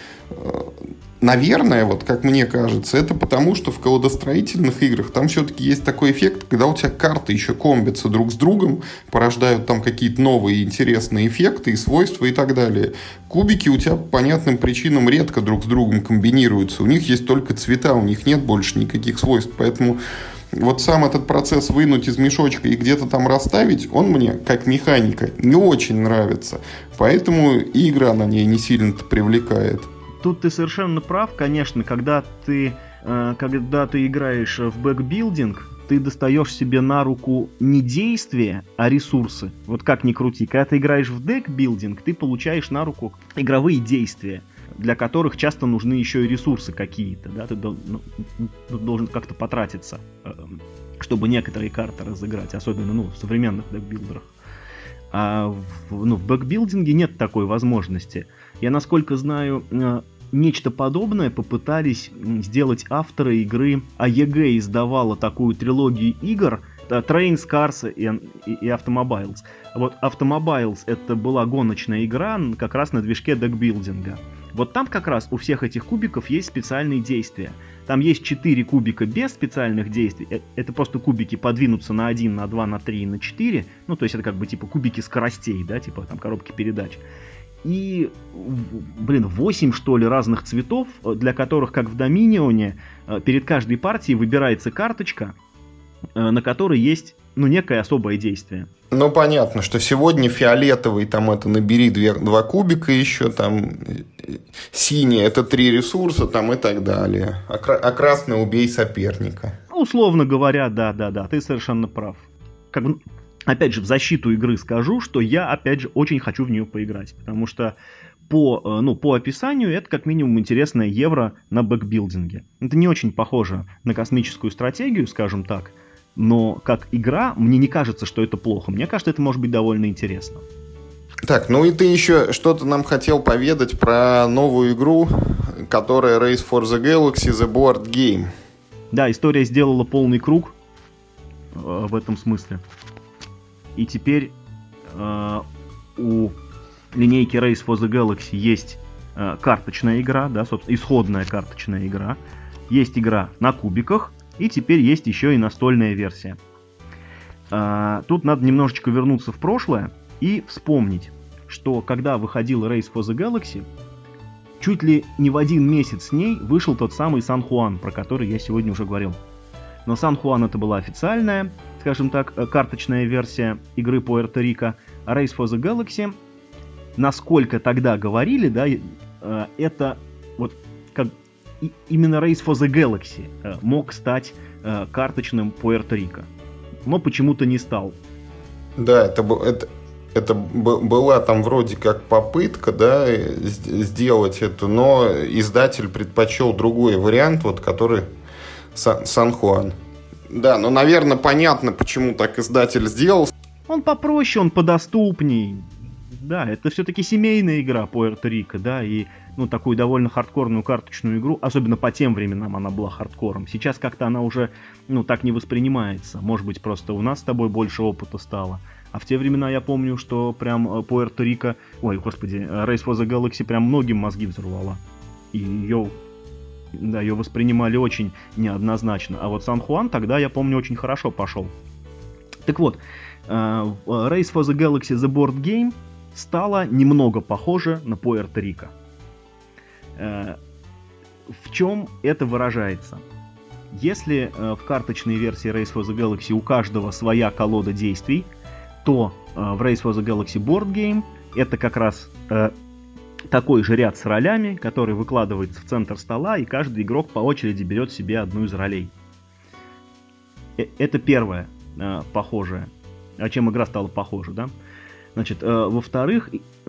Наверное, вот как мне кажется, это потому, что в колодостроительных играх там все-таки есть такой эффект, когда у тебя карты еще комбятся друг с другом, порождают там какие-то новые интересные эффекты и свойства и так далее. Кубики у тебя по понятным причинам редко друг с другом комбинируются. У них есть только цвета, у них нет больше никаких свойств. Поэтому вот сам этот процесс вынуть из мешочка и где-то там расставить, он мне, как механика, не очень нравится. Поэтому и игра на ней не сильно-то привлекает. Тут ты совершенно прав, конечно, когда ты, э, когда ты играешь в бэкбилдинг, ты достаешь себе на руку не действия, а ресурсы. Вот как ни крути, когда ты играешь в декбилдинг, ты получаешь на руку игровые действия, для которых часто нужны еще и ресурсы какие-то, да, ты ну, должен как-то потратиться, э, чтобы некоторые карты разыграть, особенно ну, в современных декбилдерах. А в, ну, в бэкбилдинге нет такой возможности. Я, насколько знаю, нечто подобное попытались сделать авторы игры эй и джи, издавала такую трилогию игр Trains, Cars и, и, и Automobiles. Вот Automobiles — это была гоночная игра как раз на движке декбилдинга. Вот там как раз у всех этих кубиков есть специальные действия. Там есть четыре кубика без специальных действий. Это просто кубики подвинуться на один, на два, на три и на четыре. Ну, то есть это как бы типа кубики скоростей, да, типа там коробки передач. И, блин, восемь, что ли, разных цветов, для которых, как в Доминионе, перед каждой партией выбирается карточка, на которой есть, ну, некое особое действие. Ну, понятно, что сегодня фиолетовый, там, это набери две, два кубика еще, там, синий, это три ресурса, там, и так далее. А, а красный убей соперника. Условно говоря, да-да-да, ты совершенно прав. Как бы... Опять же, в защиту игры скажу, что я, опять же, очень хочу в нее поиграть, потому что по, ну, по описанию это как минимум интересное евро на бэкбилдинге. Это не очень похоже на космическую стратегию, скажем так, но как игра мне не кажется, что это плохо. Мне кажется, это может быть довольно интересно. Так, ну и ты еще что-то нам хотел поведать про новую игру, которая Race for the Galaxy The Board Game. Да, история сделала полный круг э, в этом смысле. И теперь э, у линейки Race for the Galaxy есть э, карточная игра, да, собственно, исходная карточная игра. Есть игра на кубиках, и теперь есть еще и настольная версия. Э, тут надо немножечко вернуться в прошлое и вспомнить, что когда выходила Race for the Galaxy, чуть ли не в один месяц с ней вышел тот самый Сан Хуан, про который я сегодня уже говорил. Но Сан Хуан это была официальная, скажем так, карточная версия игры Пуэрто-Рико. А Race for the Galaxy, насколько тогда говорили, да, это вот как именно Race for the Galaxy мог стать карточным Пуэрто-Рико. Но почему-то не стал. Да, это, это, это была там вроде как попытка, да, сделать это, но издатель предпочел другой вариант, вот который Сан Хуан. Да, ну, наверное, понятно, почему так издатель сделал. Он попроще, он подоступней. Да, это все-таки семейная игра Пуэрто-Рико, да, и, ну, такую довольно хардкорную карточную игру, особенно по тем временам она была хардкором. Сейчас как-то она уже, ну, так не воспринимается. Может быть, просто у нас с тобой больше опыта стало. А в те времена я помню, что прям Пуэрто-Рико, ой, господи, Race for the Galaxy прям многим мозги взорвала. И ее... Да, ее воспринимали очень неоднозначно. А вот Сан Хуан тогда, я помню, очень хорошо пошел. Так вот, Race for the Galaxy The Board Game стала немного похожа на Пуэрто-Рико. В чем это выражается? Если в карточной версии Race for the Galaxy у каждого своя колода действий, то в Race for the Galaxy Board Game это как раз такой же ряд с ролями, который выкладывается в центр стола, и каждый игрок по очереди берет себе одну из ролей. Это первое похожее, о чем игра стала похожа, да? Значит, во-вторых,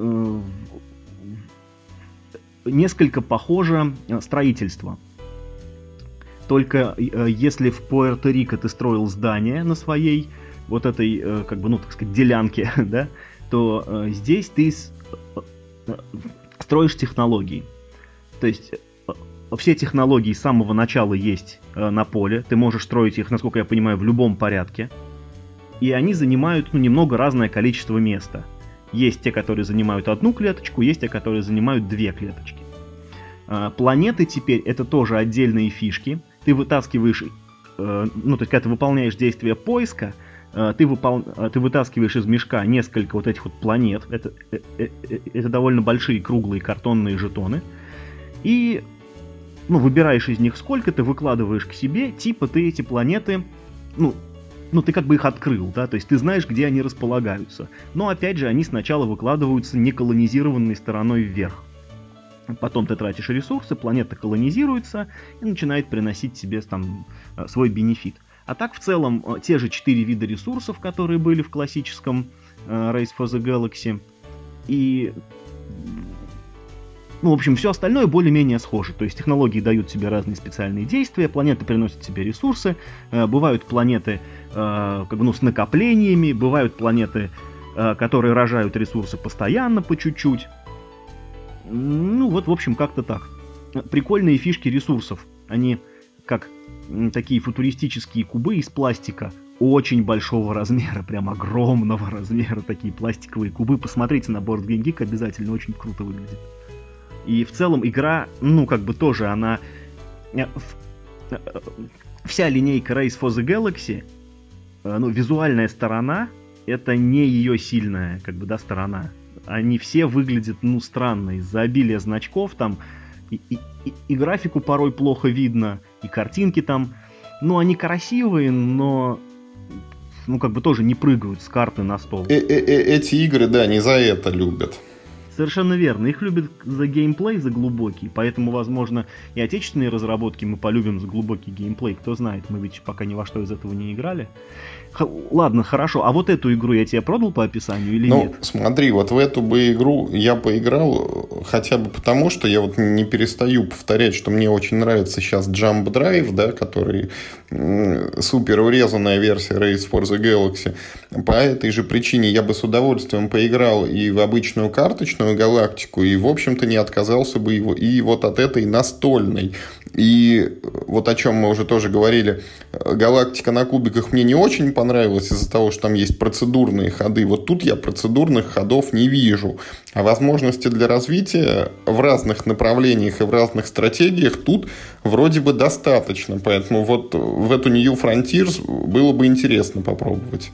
несколько похоже строительство. Только если в Пуэрто-Рико ты строил здание на своей вот этой, как бы, ну, так сказать, делянке, да, то здесь ты строишь технологии. То есть все технологии с самого начала есть на поле. Ты можешь строить их, насколько я понимаю, в любом порядке. И они занимают, ну, немного разное количество места. Есть те, которые занимают одну клеточку, есть те, которые занимают две клеточки. Планеты теперь это тоже отдельные фишки. Ты вытаскиваешь, ну, то есть, когда ты выполняешь действие поиска, ты, выпол... ты вытаскиваешь из мешка несколько вот этих вот планет. Это, это довольно большие круглые картонные жетоны. И, ну, выбираешь из них сколько, ты выкладываешь к себе, типа ты эти планеты, ну, ну, ты как бы их открыл, да, то есть ты знаешь, где они располагаются. Но, опять же, они сначала выкладываются неколонизированной стороной вверх. Потом ты тратишь ресурсы, планета колонизируется и начинает приносить тебе там свой бенефит. А так, в целом, те же четыре вида ресурсов, которые были в классическом Race for the Galaxy. И, ну, в общем, все остальное более-менее схоже. То есть технологии дают тебе разные специальные действия, планеты приносят тебе ресурсы, бывают планеты, как бы, ну, с накоплениями, бывают планеты, которые рожают ресурсы постоянно, по чуть-чуть. Ну, вот, в общем, как-то так. Прикольные фишки ресурсов. Они как такие футуристические кубы из пластика очень большого размера, прям огромного размера, такие пластиковые кубы. Посмотрите на Board Game Geek, обязательно, очень круто выглядит. И в целом игра, ну, как бы тоже она... Вся линейка Race for the Galaxy, ну, визуальная сторона, это не ее сильная, как бы, да, сторона. Они все выглядят, ну, странно, из-за обилия значков, там, и, и, и, и графику порой плохо видно, и картинки там, ну, они красивые, но, ну, как бы тоже не прыгают с карты на стол. Э -э -э Эти игры, да, не за это любят. Совершенно верно. Их любят за геймплей, за глубокий. Поэтому, возможно, и отечественные разработки мы полюбим за глубокий геймплей. Кто знает, мы ведь пока ни во что из этого не играли. Х- ладно, хорошо. А вот эту игру я тебе продал по описанию или ну, нет? Ну, смотри, вот в эту бы игру я поиграл хотя бы потому, что я вот не перестаю повторять, что мне очень нравится сейчас Jump Drive, да, который м- супер урезанная версия Race for the Galaxy. По этой же причине я бы с удовольствием поиграл и в обычную карточную галактику, и, в общем-то, не отказался бы его и вот от этой настольной. И вот о чем мы уже тоже говорили, галактика на кубиках мне не очень понравилась из-за того, что там есть процедурные ходы. Вот тут я процедурных ходов не вижу. А возможности для развития в разных направлениях и в разных стратегиях тут вроде бы достаточно. Поэтому вот в эту New Frontiers было бы интересно попробовать.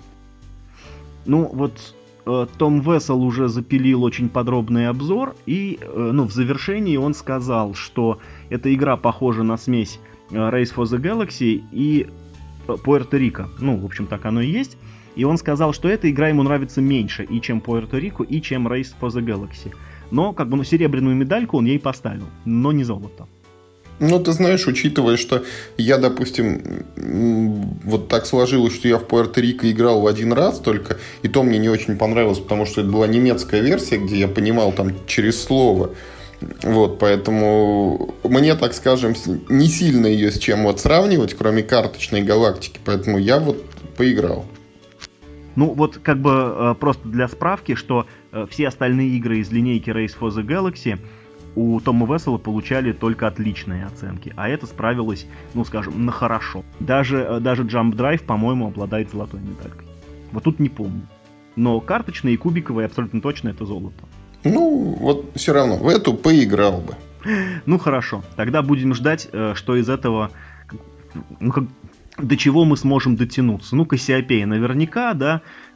Ну, вот Том Вессел уже запилил очень подробный обзор, и, ну, в завершении он сказал, что эта игра похожа на смесь Race for the Galaxy и Пуэрто-Рико. Ну, в общем, так оно и есть. И он сказал, что эта игра ему нравится меньше и чем Пуэрто-Рико, и чем Race for the Galaxy. Но, как бы, ну, серебряную медальку он ей поставил, но не золото. Ну, ты знаешь, учитывая, что я, допустим, вот так сложилось, что я в Пуэрто-Рико играл в один раз только, и то мне не очень понравилось, потому что это была немецкая версия, где я понимал там через слово. Вот, поэтому мне, так скажем, не сильно ее с чем вот сравнивать, кроме карточной галактики, поэтому я вот поиграл. Ну, вот как бы просто для справки, что все остальные игры из линейки Race for the Galaxy у Тома Вессела получали только отличные оценки, а это справилось, ну, скажем, на хорошо. Даже, даже Jump Drive, по-моему, обладает золотой медалькой. Вот тут не помню. Но карточные и кубиковые абсолютно точно это золото. Ну, вот все равно, в эту поиграл бы. Ну, хорошо. Тогда будем ждать, что из этого... Ну, как... До чего мы сможем дотянуться. Ну, Кассиопея наверняка, да.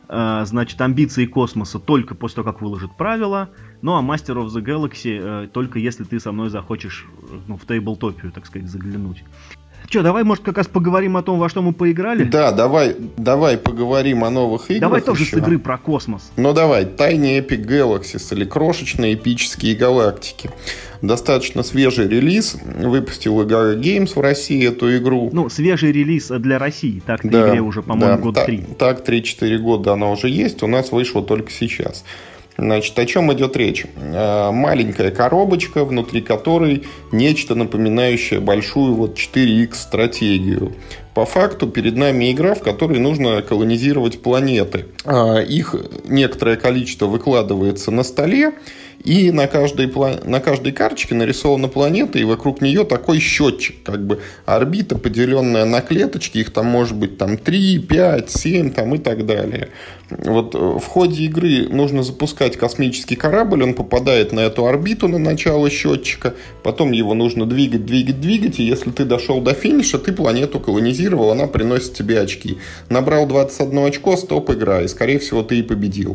Значит, амбиции космоса только после того, как выложат правила. Ну, а Master of the Galaxy только если ты со мной захочешь, ну, в тейблтопию, так сказать, заглянуть. Че, давай, может, как раз поговорим о том, во что мы поиграли? Да, давай, давай поговорим о новых играх. Давай тоже еще. с игры про космос. Ну давай, Tiny Epic Galaxies или Крошечные эпические галактики. Достаточно свежий релиз. Выпустил Игра Games в России эту игру. Ну, свежий релиз для России. Так-то да, игре уже, по-моему, да, года три. Так, три-четыре года она уже есть. У нас вышло только сейчас. Значит, о чем идет речь? Маленькая коробочка, внутри которой нечто напоминающее большую вот четыре икс стратегию. По факту перед нами игра, в которой нужно колонизировать планеты. Их некоторое количество выкладывается на столе, и на каждой, на каждой карточке нарисована планета, и вокруг нее такой счетчик, как бы орбита, поделенная на клеточки, их там может быть там три, пять, семь там, и так далее. Вот в ходе игры нужно запускать космический корабль, он попадает на эту орбиту на начало счетчика, потом его нужно двигать, двигать, двигать, и если ты дошел до финиша, ты планету колонизировал, она приносит тебе очки. Набрал двадцать одно очко, стоп, игра, и скорее всего ты и победил.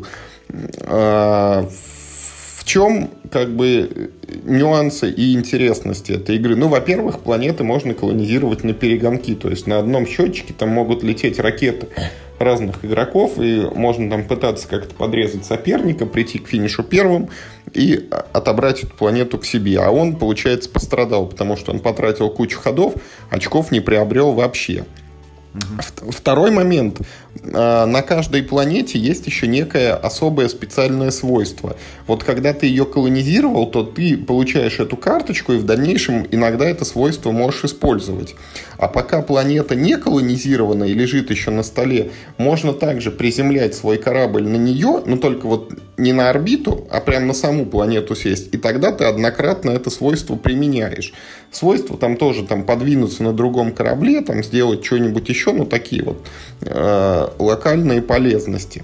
В чем как бы нюансы и интересности этой игры? Ну, во-первых, планеты можно колонизировать на перегонки, то есть на одном счетчике там могут лететь ракеты разных игроков, и можно там пытаться как-то подрезать соперника, прийти к финишу первым и отобрать эту планету к себе. А он, получается, пострадал, потому что он потратил кучу ходов, очков не приобрел вообще. Угу. Второй момент. На каждой планете есть еще некое особое специальное свойство. Вот когда ты ее колонизировал, то ты получаешь эту карточку, и в дальнейшем иногда это свойство можешь использовать. А пока планета не колонизирована и лежит еще на столе, можно также приземлять свой корабль на нее, но только вот не на орбиту, а прямо на саму планету сесть. И тогда ты однократно это свойство применяешь. Свойства там тоже там, подвинуться на другом корабле, там, сделать что-нибудь еще, ну такие вот э, локальные полезности.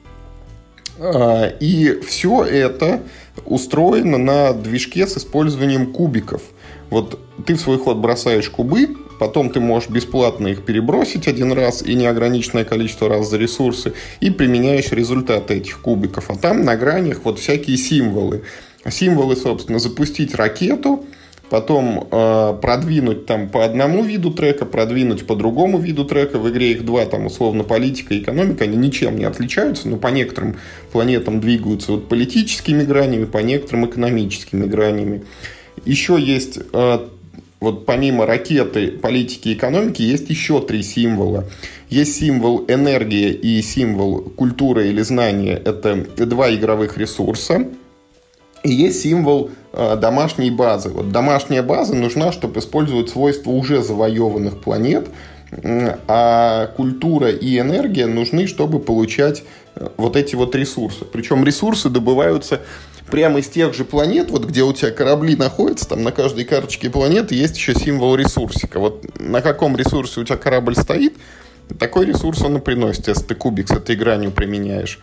Э, и все это устроено на движке с использованием кубиков. Вот ты в свой ход бросаешь кубы, потом ты можешь бесплатно их перебросить один раз и неограниченное количество раз за ресурсы, и применяешь результаты этих кубиков. А там на гранях вот всякие символы. Символы, собственно, запустить ракету, потом э, продвинуть там по одному виду трека, продвинуть по другому виду трека. В игре их два, там условно политика и экономика, они ничем не отличаются, но по некоторым планетам двигаются вот политическими гранями, по некоторым экономическими гранями. Еще есть, э, вот помимо ракеты, политики и экономики, есть еще три символа. Есть символ энергия и символ культура или знания, это два игровых ресурса. И есть символ э, домашней базы. Вот домашняя база нужна, чтобы использовать свойства уже завоеванных планет, э, а культура и энергия нужны, чтобы получать э, вот эти вот ресурсы. Причем ресурсы добываются прямо из тех же планет, вот где у тебя корабли находятся, там на каждой карточке планеты есть еще символ ресурсика. Вот на каком ресурсе у тебя корабль стоит, такой ресурс он и приносит, если ты кубик с этой гранью применяешь.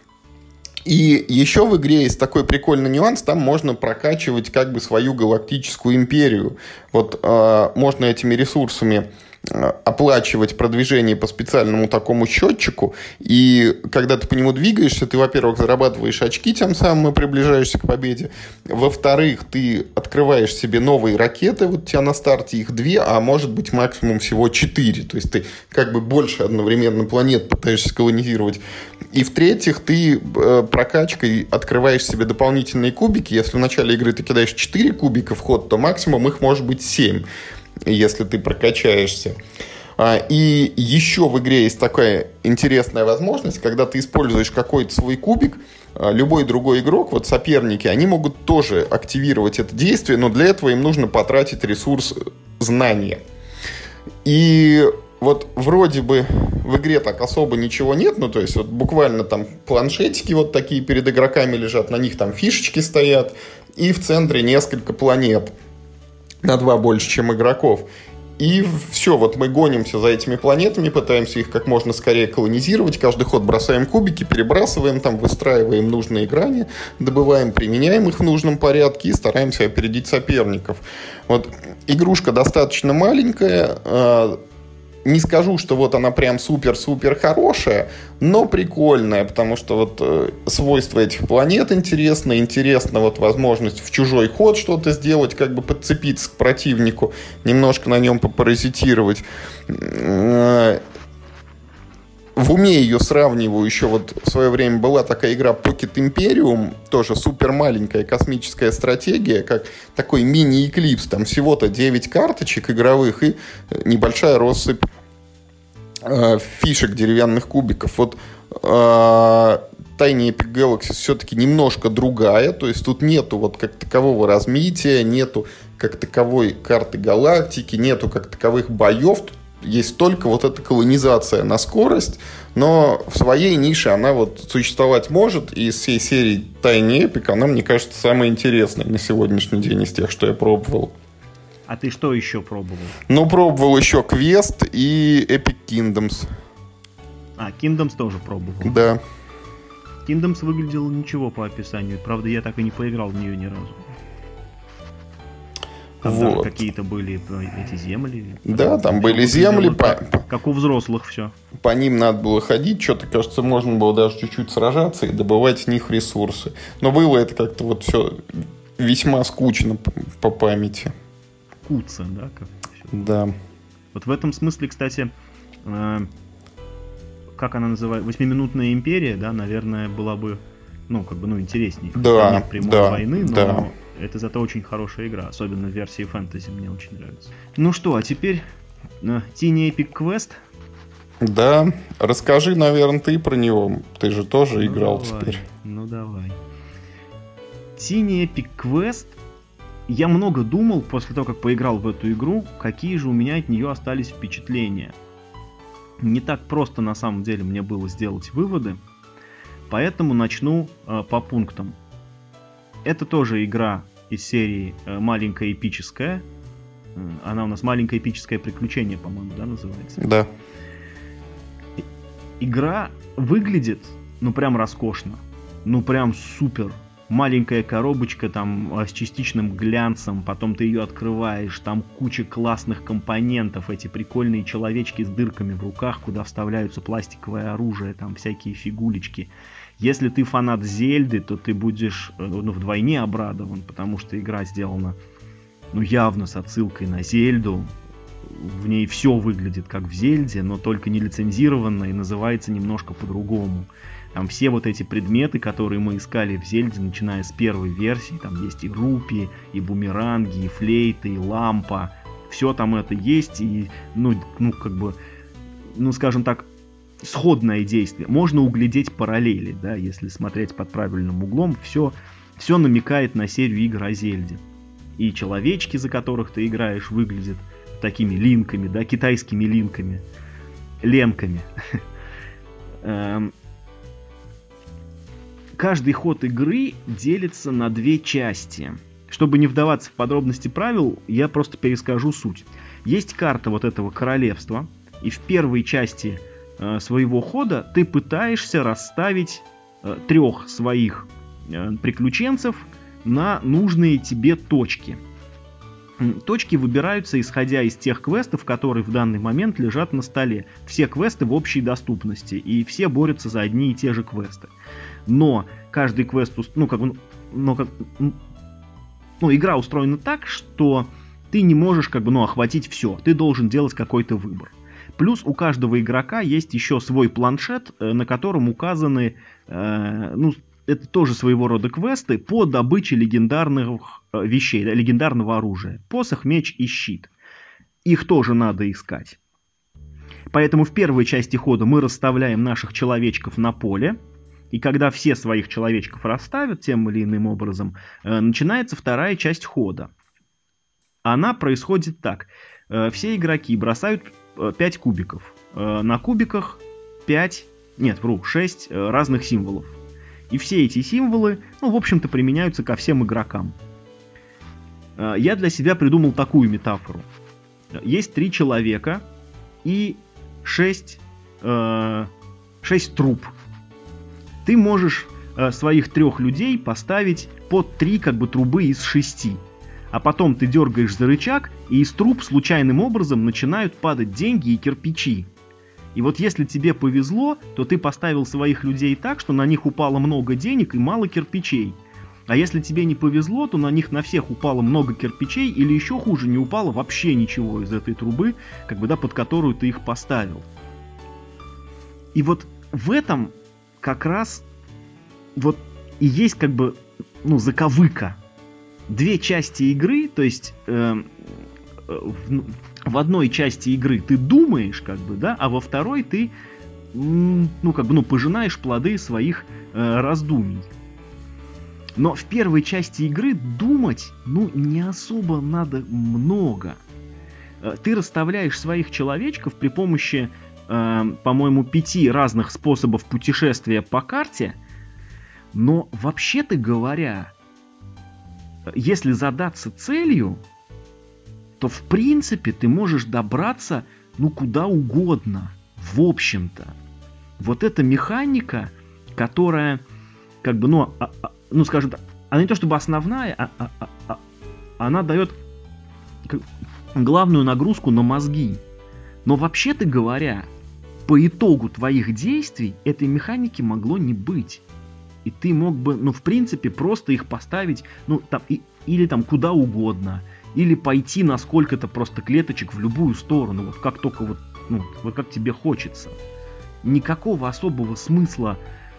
И еще в игре есть такой прикольный нюанс, там можно прокачивать как бы свою галактическую империю. Вот э, можно этими ресурсами э, оплачивать продвижение по специальному такому счетчику, и когда ты по нему двигаешься, ты, во-первых, зарабатываешь очки, тем самым и приближаешься к победе. Во-вторых, ты открываешь себе новые ракеты, вот у тебя на старте их две, а может быть максимум всего четыре, то есть ты как бы больше одновременно планет пытаешься колонизировать. И в-третьих, ты э, прокачкой открываешь себе дополнительные кубики. Если в начале игры ты кидаешь четыре кубика в ход, то максимум их может быть семь, если ты прокачаешься. А, и еще в игре есть такая интересная возможность, когда ты используешь какой-то свой кубик, а, любой другой игрок, вот соперники, они могут тоже активировать это действие, но для этого им нужно потратить ресурс знания. И вот вроде бы в игре так особо ничего нет, ну то есть вот буквально там планшетики вот такие перед игроками лежат, на них там фишечки стоят, и в центре несколько планет, на два больше, чем игроков. И все, вот мы гонимся за этими планетами, пытаемся их как можно скорее колонизировать, каждый ход бросаем кубики, перебрасываем, там выстраиваем нужные грани, добываем, применяем их в нужном порядке и стараемся опередить соперников. Вот игрушка достаточно маленькая, не скажу, что вот она прям супер-супер хорошая, но прикольная, потому что вот э, свойства этих планет интересны, интересна вот возможность в чужой ход что-то сделать, как бы подцепиться к противнику, немножко на нем попаразитировать. В уме ее сравниваю, еще вот в свое время была такая игра Pocket Imperium, тоже супер маленькая космическая стратегия, как такой мини-эклипс, там всего-то девять карточек игровых и небольшая россыпь э, фишек, деревянных кубиков. Вот э, Tiny Epic Galaxies все-таки немножко другая, то есть тут нету вот как такового размытия, нету как таковой карты галактики, нету как таковых боев, тут есть только вот эта колонизация на скорость, но в своей нише она вот существовать может, и из всей серии Tiny Epic она, мне кажется, самая интересная на сегодняшний день из тех, что я пробовал. А ты что еще пробовал? Ну, пробовал еще Quest и Epic Kingdoms. А, Kingdoms тоже пробовал. Да. Kingdoms выглядел ничего по описанию, правда, я так и не поиграл в нее ни разу. Там вот. Даже какие-то были эти земли. Да, там были земли. По... Как, как у взрослых все. По ним надо было ходить. Что-то, кажется, можно было даже чуть-чуть сражаться и добывать с них ресурсы. Но было это как-то вот все весьма скучно по памяти. Куца, да? Как все. Да. Вот в этом смысле, кстати, э, как она называется? Восьмиминутная империя, да, наверное, была бы, ну, как бы, ну, интереснее. Да, нет прямой да, войны, но... да. Это зато очень хорошая игра, особенно в версии фэнтези, мне очень нравится. Ну что, а теперь uh, Tiny Epic Quest. Да, расскажи, наверное, ты про него. Ты же тоже ну играл давай, теперь. Ну давай. Tiny Epic Quest. Я много думал после того, как поиграл в эту игру, какие же у меня от нее остались впечатления. Не так просто на самом деле мне было сделать выводы, поэтому начну uh, по пунктам. Это тоже игра из серии «Маленькая эпическая». Она у нас «Маленькое эпическое приключение», по-моему, да, называется? Да. Игра выглядит, ну, прям роскошно. Ну, прям супер. Маленькая коробочка там с частичным глянцем, потом ты ее открываешь, там куча классных компонентов, эти прикольные человечки с дырками в руках, куда вставляются пластиковое оружие, там всякие фигулечки. Если ты фанат Зельды, то ты будешь ну, вдвойне обрадован, потому что игра сделана ну, явно с отсылкой на Зельду. В ней все выглядит как в Зельде, но только не лицензированно и называется немножко по-другому. Там все вот эти предметы, которые мы искали в Зельде, начиная с первой версии, там есть и рупии, и бумеранги, и флейты, и лампа. Все там это есть, и, ну, ну как бы, ну, скажем так, сходное действие. Можно углядеть параллели, да, если смотреть под правильным углом. Все, все намекает на серию игр о Зельде. И человечки, за которых ты играешь, выглядят такими линками, да, китайскими линками, ленками. Каждый ход игры делится на две части. Чтобы не вдаваться в подробности правил, я просто перескажу суть. Есть карта вот этого королевства, и в первой части э, своего хода ты пытаешься расставить э, трех своих э, приключенцев на нужные тебе точки. Точки выбираются исходя из тех квестов, которые в данный момент лежат на столе. Все квесты в общей доступности, и все борются за одни и те же квесты. Но каждый квест, ну как бы, ну, как, ну, игра устроена так, что ты не можешь как бы, ну, охватить все. Ты должен делать какой-то выбор. Плюс у каждого игрока есть еще свой планшет, на котором указаны, э, ну, это тоже своего рода квесты по добыче легендарных вещей, да, легендарного оружия. Посох, меч и щит. Их тоже надо искать. Поэтому в первой части хода мы расставляем наших человечков на поле. И когда все своих человечков расставят тем или иным образом, э, начинается вторая часть хода. Она происходит так. Э, все игроки бросают э, пять кубиков. Э, на кубиках пять, нет, вру, шесть э, разных символов. И все эти символы, ну, в общем-то, применяются ко всем игрокам. Э, я для себя придумал такую метафору. Есть три человека и шесть, э, шесть труб. Ты можешь э, своих трех людей поставить под три как бы трубы из шести. а потом ты дергаешь за рычаг, и из труб случайным образом начинают падать деньги и кирпичи. И вот если тебе повезло, то ты поставил своих людей так, что на них упало много денег и мало кирпичей. А если тебе не повезло, то на них на всех упало много кирпичей, или еще хуже, не упало вообще ничего из этой трубы, как бы, да, под которую ты их поставил. И вот в этом как раз вот и есть как бы, ну, заковыка. Две части игры, то есть э, в, в одной части игры ты думаешь, как бы, да, а во второй ты, ну, как бы, ну, пожинаешь плоды своих э, раздумий. Но в первой части игры думать, ну, не особо надо много. Ты расставляешь своих человечков при помощи, э, по-моему, пяти разных способов путешествия по карте, но, вообще-то говоря, если задаться целью, то, в принципе, ты можешь добраться, ну, куда угодно, в общем-то. Вот эта механика, которая, как бы, ну, а, а, ну, скажем так, она не то чтобы основная, а, а, а, а она дает главную нагрузку на мозги. Но, вообще-то говоря, по итогу твоих действий этой механики могло не быть. И ты мог бы, ну, в принципе, просто их поставить, ну, там, и, или там куда угодно, или пойти на сколько-то просто клеточек в любую сторону, вот как только вот, ну, вот как тебе хочется. Никакого особого смысла,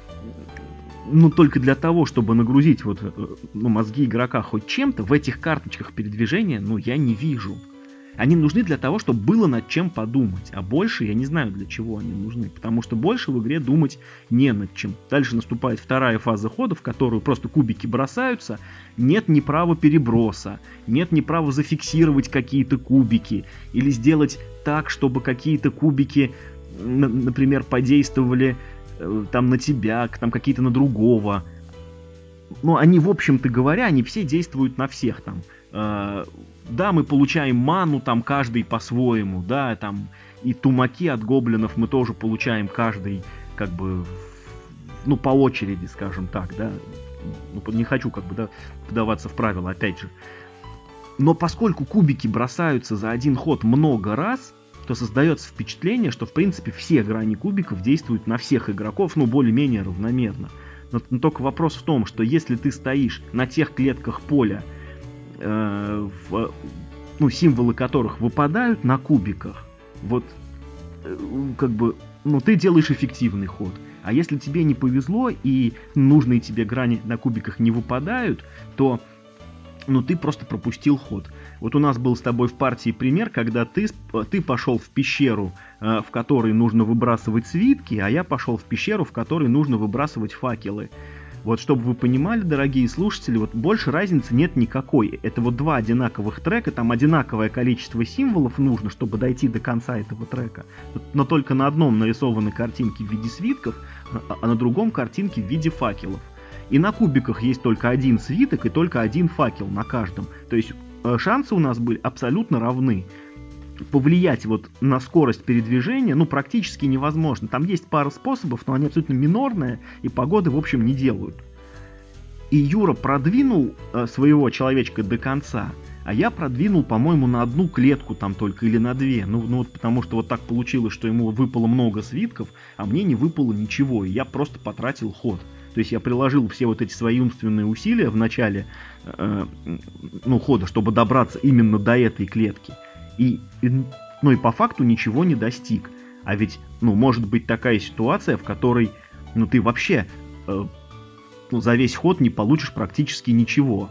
ну, только для того, чтобы нагрузить вот, ну, мозги игрока хоть чем-то, в этих карточках передвижения, ну, я не вижу. Они нужны для того, чтобы было над чем подумать. А больше я не знаю, для чего они нужны. Потому что больше в игре думать не над чем. Дальше наступает вторая фаза хода, в которую просто кубики бросаются. Нет ни права переброса. Нет ни права зафиксировать какие-то кубики. Или сделать так, чтобы какие-то кубики, например, подействовали там на тебя, там какие-то на другого. Ну, они, в общем-то говоря, они все действуют на всех там. Да, мы получаем ману там каждый по-своему, да, там и тумаки от гоблинов мы тоже получаем каждый, как бы, ну, по очереди, скажем так, да. Ну, не хочу, как бы, да, вдаваться в правила, опять же. Но поскольку кубики бросаются за один ход много раз, то создается впечатление, что, в принципе, все грани кубиков действуют на всех игроков, ну, более-менее равномерно. Но, но только вопрос в том, что если ты стоишь на тех клетках поля, э, в, ну, символы которых выпадают на кубиках, вот, э, как бы, ну, ты делаешь эффективный ход. А если тебе не повезло и нужные тебе грани на кубиках не выпадают, то, ну, ты просто пропустил ход. Вот у нас был с тобой в партии пример, когда ты, ты пошел в пещеру, э, в которой нужно выбрасывать свитки, а я пошел в пещеру, в которой нужно выбрасывать факелы. Вот, чтобы вы понимали, дорогие слушатели, вот больше разницы нет никакой. Это вот два одинаковых трека, там одинаковое количество символов нужно, чтобы дойти до конца этого трека. Но только на одном нарисованы картинки в виде свитков, а на другом картинки в виде факелов. И на кубиках есть только один свиток и только один факел на каждом. То есть шансы у нас были абсолютно равны. Повлиять вот на скорость передвижения, ну, практически невозможно. Там есть пара способов, но они абсолютно минорные, и погоды, в общем, не делают. И Юра продвинул э, своего человечка до конца, а я продвинул, по-моему, на одну клетку там только, или на две. Ну, ну вот потому что вот так получилось, что ему выпало много свитков, а мне не выпало ничего, и я просто потратил ход. То есть я приложил все вот эти свои умственные усилия в начале э, ну, хода, чтобы добраться именно до этой клетки. И, и, ну и по факту ничего не достиг. А ведь, ну, может быть такая ситуация, в которой, ну, ты вообще э, ну, за весь ход не получишь практически ничего.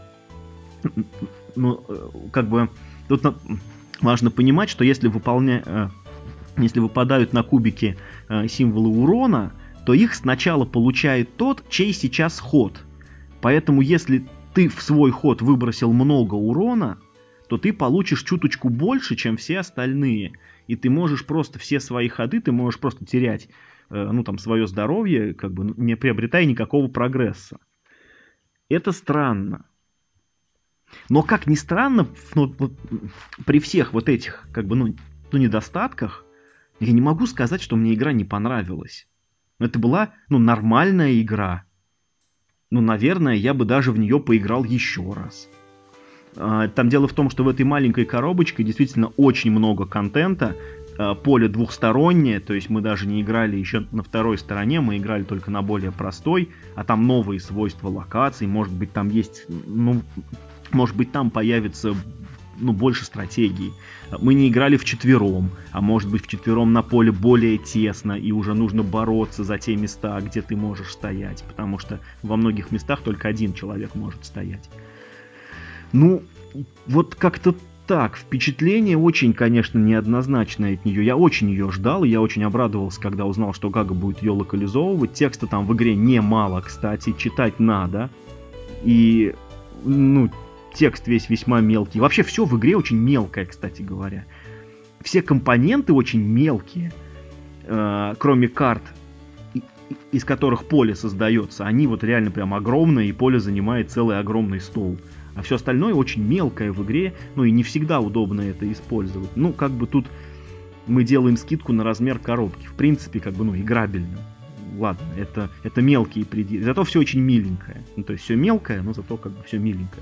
Ну, э, как бы, тут на, важно понимать, что если, выполня, э, если выпадают на кубики э, символы урона, то их сначала получает тот, чей сейчас ход. Поэтому если ты в свой ход выбросил много урона, то ты получишь чуточку больше, чем все остальные. И ты можешь просто все свои ходы, ты можешь просто терять, э, ну, там, свое здоровье, как бы, не приобретая никакого прогресса. Это странно. Но, как ни странно, ну, вот, при всех вот этих, как бы, ну, ну, недостатках, я не могу сказать, что мне игра не понравилась. Это была, ну, нормальная игра. Ну, наверное, я бы даже в нее поиграл еще раз. Там дело в том, что в этой маленькой коробочке действительно очень много контента, поле двухстороннее, то есть мы даже не играли еще на второй стороне, мы играли только на более простой, а там новые свойства локаций, может быть там есть, ну, может быть там появится, ну, больше стратегий. Мы не играли вчетвером, а может быть вчетвером на поле более тесно, и уже нужно бороться за те места, где ты можешь стоять, потому что во многих местах только один человек может стоять. Ну, вот как-то так, впечатление очень, конечно, неоднозначное от нее. Я очень ее ждал, и я очень обрадовался, когда узнал, что Гага будет ее локализовывать. Текста там в игре немало, кстати, читать надо. И, ну, текст весь весьма мелкий. Вообще все в игре очень мелкое, кстати говоря. Все компоненты очень мелкие, э, кроме карт, из которых поле создается. Они вот реально прям огромные, и поле занимает целый огромный стол. А все остальное очень мелкое в игре, ну и не всегда удобно это использовать. Ну, как бы тут мы делаем скидку на размер коробки. В принципе, как бы, ну, играбельно. Ладно, это, это мелкие пределы. Зато все очень миленькое. Ну, то есть все мелкое, но зато как бы все миленькое.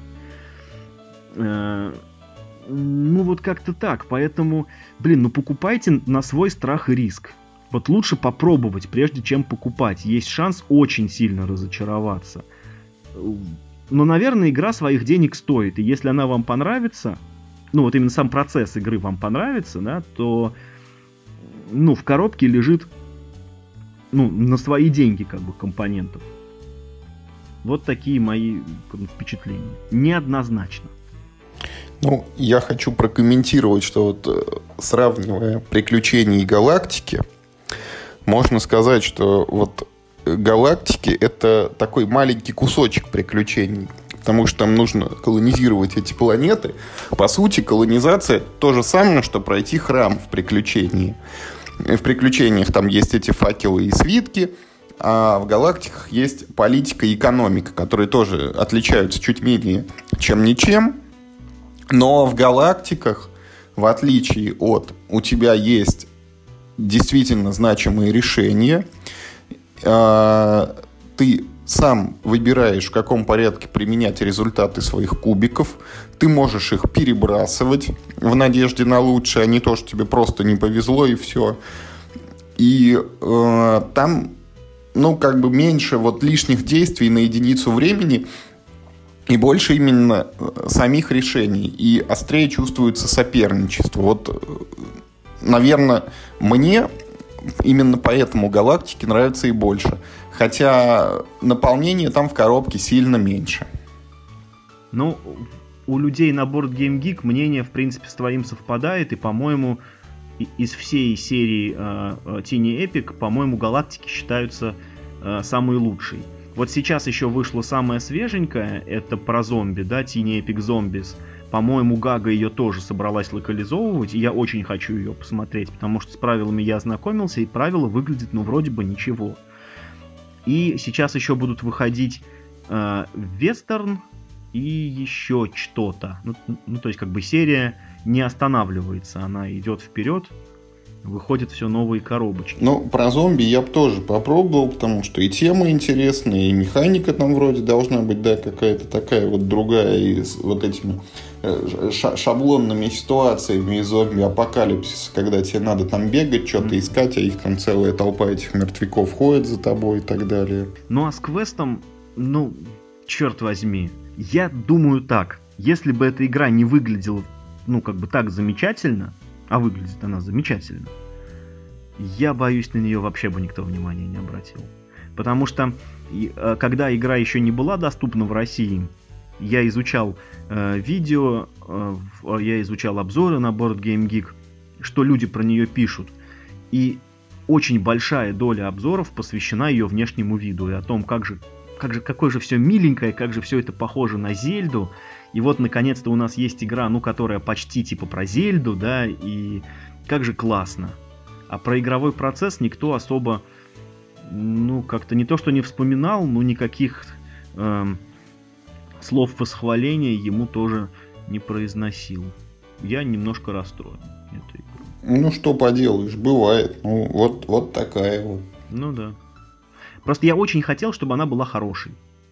Ну, вот как-то так. Поэтому, блин, ну покупайте на свой страх и риск. Вот лучше попробовать, прежде чем покупать. Есть шанс очень сильно разочароваться. Но, наверное, игра своих денег стоит. И если она вам понравится, ну вот именно сам процесс игры вам понравится, да, то, ну, в коробке лежит, ну, на свои деньги, как бы, компонентов. Вот такие мои впечатления. Неоднозначно. Ну, я хочу прокомментировать, что вот, сравнивая «Приключения» и «Галактики», можно сказать, что вот «Галактики» — это такой маленький кусочек приключений, потому что там нужно колонизировать эти планеты. По сути, колонизация — то же самое, что пройти храм в «Приключении». В «Приключениях» там есть эти факелы и свитки, а в «Галактиках» есть политика и экономика, которые тоже отличаются чуть менее, чем ничем. Но в «Галактиках», в отличие от «у тебя есть действительно значимые решения», ты сам выбираешь, в каком порядке применять результаты своих кубиков. Ты можешь их перебрасывать в надежде на лучшее, а не то, что тебе просто не повезло и все. И э, там, ну, как бы меньше вот лишних действий на единицу времени и больше именно самих решений. И острее чувствуется соперничество. Вот, наверное, мне именно поэтому «Галактики» нравятся и больше. Хотя наполнение там в коробке сильно меньше. Ну, у людей на Board Game Geek мнение, в принципе, с твоим совпадает. И, по-моему, из всей серии э, Tiny Epic, по-моему, «Галактики» считаются э, самой лучшей. Вот сейчас еще вышло самое свеженькое. Это про зомби, да, Tiny Epic Zombies. По-моему, Гага ее тоже собралась локализовывать, и я очень хочу ее посмотреть, потому что с правилами я ознакомился, и правила выглядят, ну, вроде бы ничего. И сейчас еще будут выходить э, вестерн и еще что-то. Ну, ну, то есть, как бы серия не останавливается, она идет вперед, выходят все новые коробочки. Ну, про зомби я бы тоже попробовал, потому что и тема интересная, и механика там вроде должна быть, да, какая-то такая вот другая, и с вот этими шаблонными ситуациями из зомби-апокалипсиса, когда тебе надо там бегать, что-то искать, а их там целая толпа этих мертвяков ходит за тобой и так далее. Ну, а с квестом, ну, черт возьми, я думаю так, если бы эта игра не выглядела, ну, как бы так замечательно, а выглядит она замечательно, я боюсь, на нее вообще бы никто внимания не обратил. Потому что, когда игра еще не была доступна в России, я изучал э, видео, э, я изучал обзоры на Board Game Geek, что люди про нее пишут. И очень большая доля обзоров посвящена ее внешнему виду и о том, как же, как же, какое же все миленькое, как же все это похоже на Зельду. И вот, наконец-то, у нас есть игра, ну, которая почти типа про Зельду, да, и как же классно. А про игровой процесс никто особо, ну, как-то не то, что не вспоминал, но никаких эм, слов восхваления ему тоже не произносил. Я немножко расстроен этой игрой. Ну, что поделаешь, бывает. Ну, вот, вот такая вот. Ну, да. Просто я очень хотел, чтобы она была хорошей.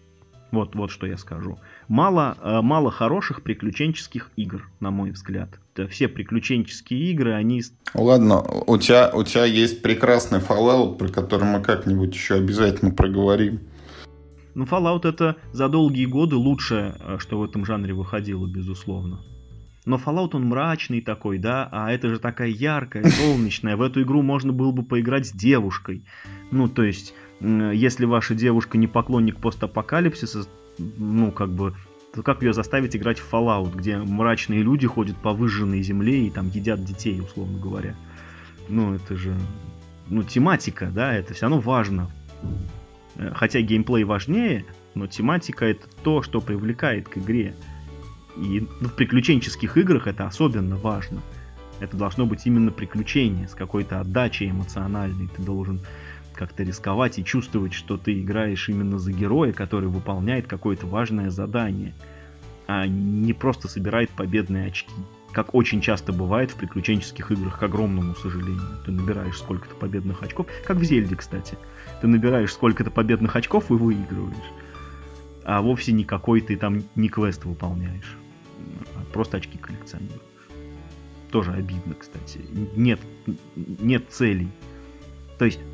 Вот, вот что я скажу. Мало, мало хороших приключенческих игр, на мой взгляд. Все приключенческие игры, они... Ладно, у тебя, у тебя есть прекрасный Fallout, про который мы как-нибудь еще обязательно проговорим. Ну, Fallout — это за долгие годы лучшее, что в этом жанре выходило, безусловно. Но Fallout, он мрачный такой, да, а это же такая яркая, солнечная. В эту игру можно было бы поиграть с девушкой. Ну, то есть, если ваша девушка не поклонник постапокалипсиса, ну, как бы, то как ее заставить играть в Fallout, где мрачные люди ходят по выжженной земле и там едят детей, условно говоря. Ну, это же, ну, тематика, да, это все равно важно. Хотя геймплей важнее, но тематика — это то, что привлекает к игре. И ну, в приключенческих играх это особенно важно. Это должно быть именно приключение с какой-то отдачей эмоциональной. Ты должен как-то рисковать и чувствовать, что ты играешь именно за героя, который выполняет какое-то важное задание, а не просто собирает победные очки. Как очень часто бывает в приключенческих играх, к огромному сожалению. Ты набираешь сколько-то победных очков, как в Зельде, кстати. Ты набираешь сколько-то победных очков и выигрываешь. А вовсе никакой ты там не квест выполняешь. А просто очки коллекционируешь. Тоже обидно, кстати. Нет, нет целей. То есть,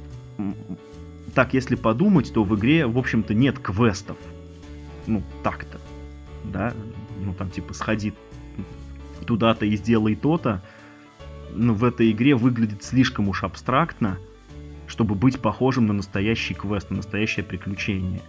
так если подумать, то в игре, в общем-то, нет квестов. Ну, так-то. Да? Ну, там, типа, сходи туда-то и сделай то-то. Но в этой игре выглядит слишком уж абстрактно, чтобы быть похожим на настоящий квест, на настоящее приключение.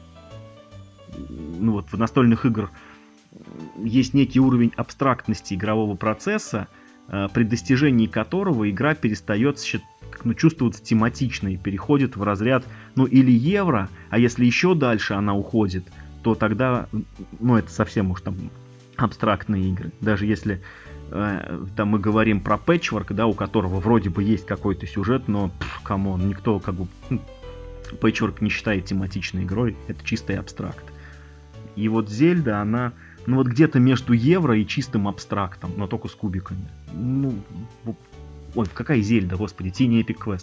Ну вот в настольных играх есть некий уровень абстрактности игрового процесса, при достижении которого игра перестает ну, чувствоваться тематичной, переходит в разряд, ну, или евро, а если еще дальше она уходит, то тогда, ну, это совсем уж там абстрактные игры. Даже если э, там мы говорим про Patchwork, да, у которого вроде бы есть какой-то сюжет, но, камон, никто как бы Patchwork не считает тематичной игрой, это чистый абстракт. И вот Зельда, она, ну вот где-то между евро и чистым абстрактом, но только с кубиками. Ну, ой, какая Зельда, господи, Tiny Epic Quest.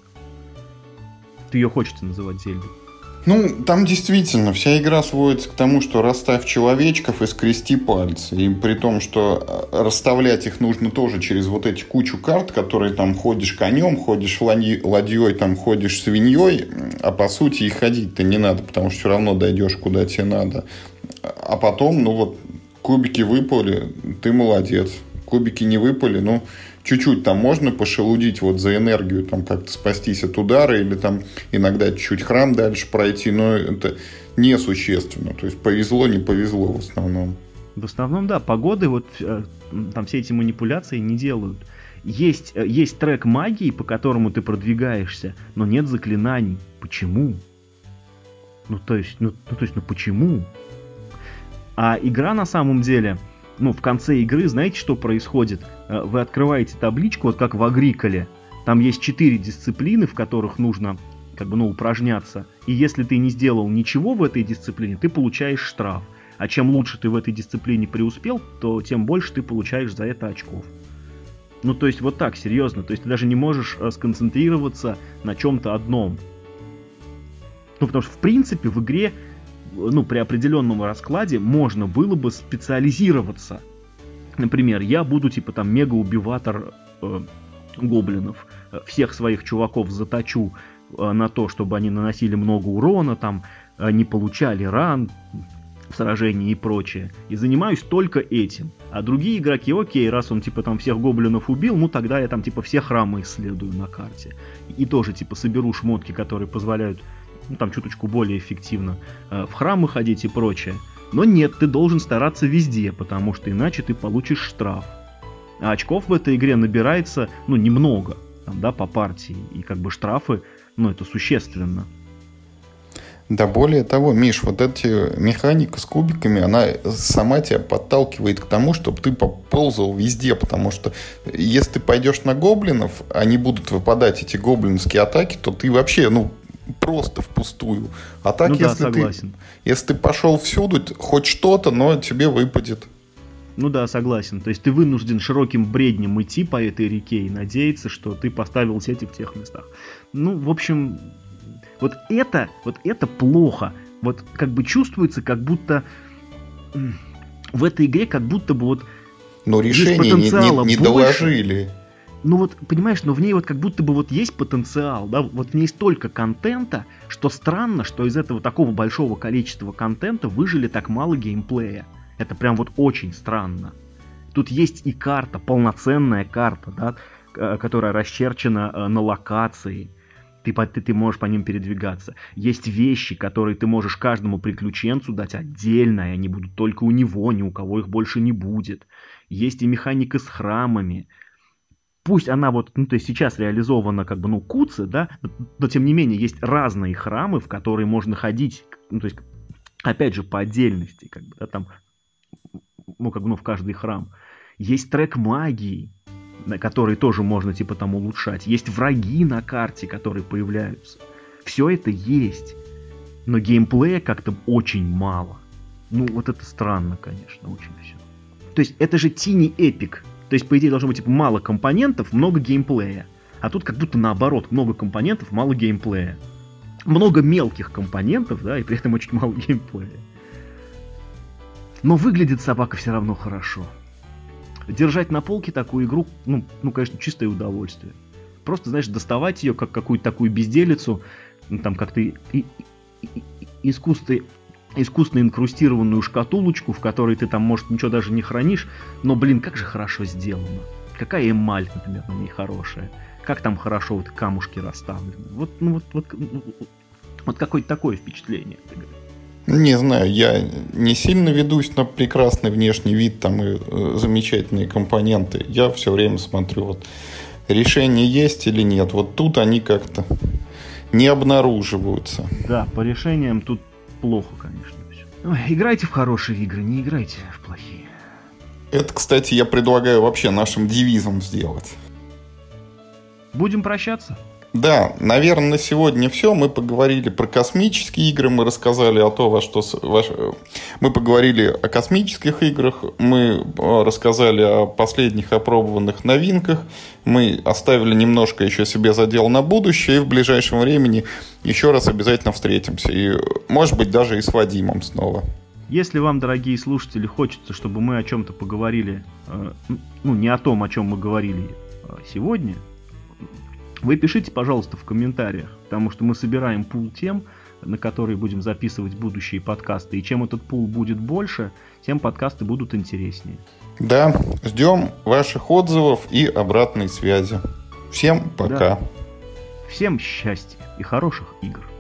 Ты ее хочется называть Зельдой? Ну, там действительно вся игра сводится к тому, что расставь человечков и скрести пальцы. И при том, что расставлять их нужно тоже через вот эти кучу карт, которые там ходишь конем, ходишь ладьей, там ходишь свиньей, а по сути и ходить-то не надо, потому что все равно дойдешь куда тебе надо. А потом, ну вот, кубики выпали, ты молодец. Кубики не выпали, ну, чуть-чуть там можно пошелудить вот за энергию, там как-то спастись от удара или там иногда чуть-чуть храм дальше пройти, но это несущественно. То есть повезло, не повезло в основном. В основном, да, погоды вот там все эти манипуляции не делают. Есть, есть трек магии, по которому ты продвигаешься, но нет заклинаний. Почему? Ну, то есть, ну, ну, то есть, ну почему? А игра на самом деле, ну, в конце игры, знаете, что происходит? Вы открываете табличку, вот как в Агриколе. Там есть четыре дисциплины, в которых нужно, как бы, ну, упражняться. И если ты не сделал ничего в этой дисциплине, ты получаешь штраф. А чем лучше ты в этой дисциплине преуспел, то тем больше ты получаешь за это очков. Ну, то есть, вот так, серьезно. То есть, ты даже не можешь сконцентрироваться на чем-то одном. Ну, потому что, в принципе, в игре, ну, при определенном раскладе можно было бы специализироваться. Например, я буду, типа, там, мега-убиватор э, гоблинов. Всех своих чуваков заточу э, на то, чтобы они наносили много урона, там, э, не получали ран в сражении и прочее. И занимаюсь только этим. А другие игроки, окей, раз он, типа, там, всех гоблинов убил, ну, тогда я, там, типа, все храмы исследую на карте. И тоже, типа, соберу шмотки, которые позволяют, ну, там, чуточку более эффективно э, в храмы ходить и прочее. Но нет, ты должен стараться везде, потому что иначе ты получишь штраф. А очков в этой игре набирается, ну, немного, там, да, по партии. И как бы штрафы, ну, это существенно. Да более того, Миш, вот эта механика с кубиками, она сама тебя подталкивает к тому, чтобы ты поползал везде, потому что если ты пойдешь на гоблинов, они будут выпадать, эти гоблинские атаки, то ты вообще, ну, просто впустую. А так, ну, если, да, ты, если ты пошел всюду, хоть что-то, но тебе выпадет. Ну да, согласен. То есть ты вынужден широким бреднем идти по этой реке и надеяться, что ты поставил сети в тех местах. Ну, в общем, вот это, вот это плохо. Вот как бы чувствуется, как будто в этой игре как будто бы вот но решение не, не, не доложили. Ну вот, понимаешь, но в ней вот как будто бы вот есть потенциал, да, вот в ней столько контента, что странно, что из этого такого большого количества контента выжили так мало геймплея. Это прям вот очень странно. Тут есть и карта, полноценная карта, да, которая расчерчена на локации. Ты, ты, ты можешь по ним передвигаться. Есть вещи, которые ты можешь каждому приключенцу дать отдельно, и они будут только у него, ни у кого их больше не будет. Есть и механика с храмами. Пусть она вот, ну, то есть сейчас реализована как бы, ну, куцэ, да, но, но тем не менее есть разные храмы, в которые можно ходить, ну, то есть, опять же, по отдельности, как бы, да, там, ну, как бы, ну, в каждый храм. Есть трек магии, на который тоже можно, типа, там, улучшать. Есть враги на карте, которые появляются. Все это есть, но геймплея как-то очень мало. Ну, вот это странно, конечно, очень все. То есть, это же Tiny Epic. То есть, по идее, должно быть типа, мало компонентов, много геймплея. А тут как будто наоборот, много компонентов, мало геймплея. Много мелких компонентов, да, и при этом очень мало геймплея. Но выглядит собака все равно хорошо. Держать на полке такую игру, ну, ну конечно, чистое удовольствие. Просто, знаешь, доставать ее как какую-то такую безделицу, ну, там как-то и, и, и, искусство... искусственно инкрустированную шкатулочку, в которой ты там, может, ничего даже не хранишь, но, блин, как же хорошо сделано. Какая эмаль, например, на ней хорошая. Как там хорошо вот камушки расставлены. Вот, ну, вот, вот, вот какое-то такое впечатление. Не знаю, я не сильно ведусь на прекрасный внешний вид там и э, замечательные компоненты. Я все время смотрю, вот решение есть или нет. Вот тут они как-то не обнаруживаются. Да, по решениям тут плохо, конечно, все. Ой, играйте в хорошие игры, не играйте в плохие. Это, кстати, я предлагаю вообще нашим девизом сделать. Будем прощаться? Да, наверное, на сегодня все. Мы поговорили про космические игры, мы рассказали о том, во что... Мы поговорили о космических играх, мы рассказали о последних опробованных новинках, мы оставили немножко еще себе задел на будущее, и в ближайшем времени еще раз обязательно встретимся. И, может быть, даже и с Вадимом снова. Если вам, дорогие слушатели, хочется, чтобы мы о чем-то поговорили, ну, не о том, о чем мы говорили сегодня, вы пишите, пожалуйста, в комментариях, потому что мы собираем пул тем, на которые будем записывать будущие подкасты. И чем этот пул будет больше, тем подкасты будут интереснее. Да, ждем ваших отзывов и обратной связи. Всем пока. Да. Всем счастья и хороших игр.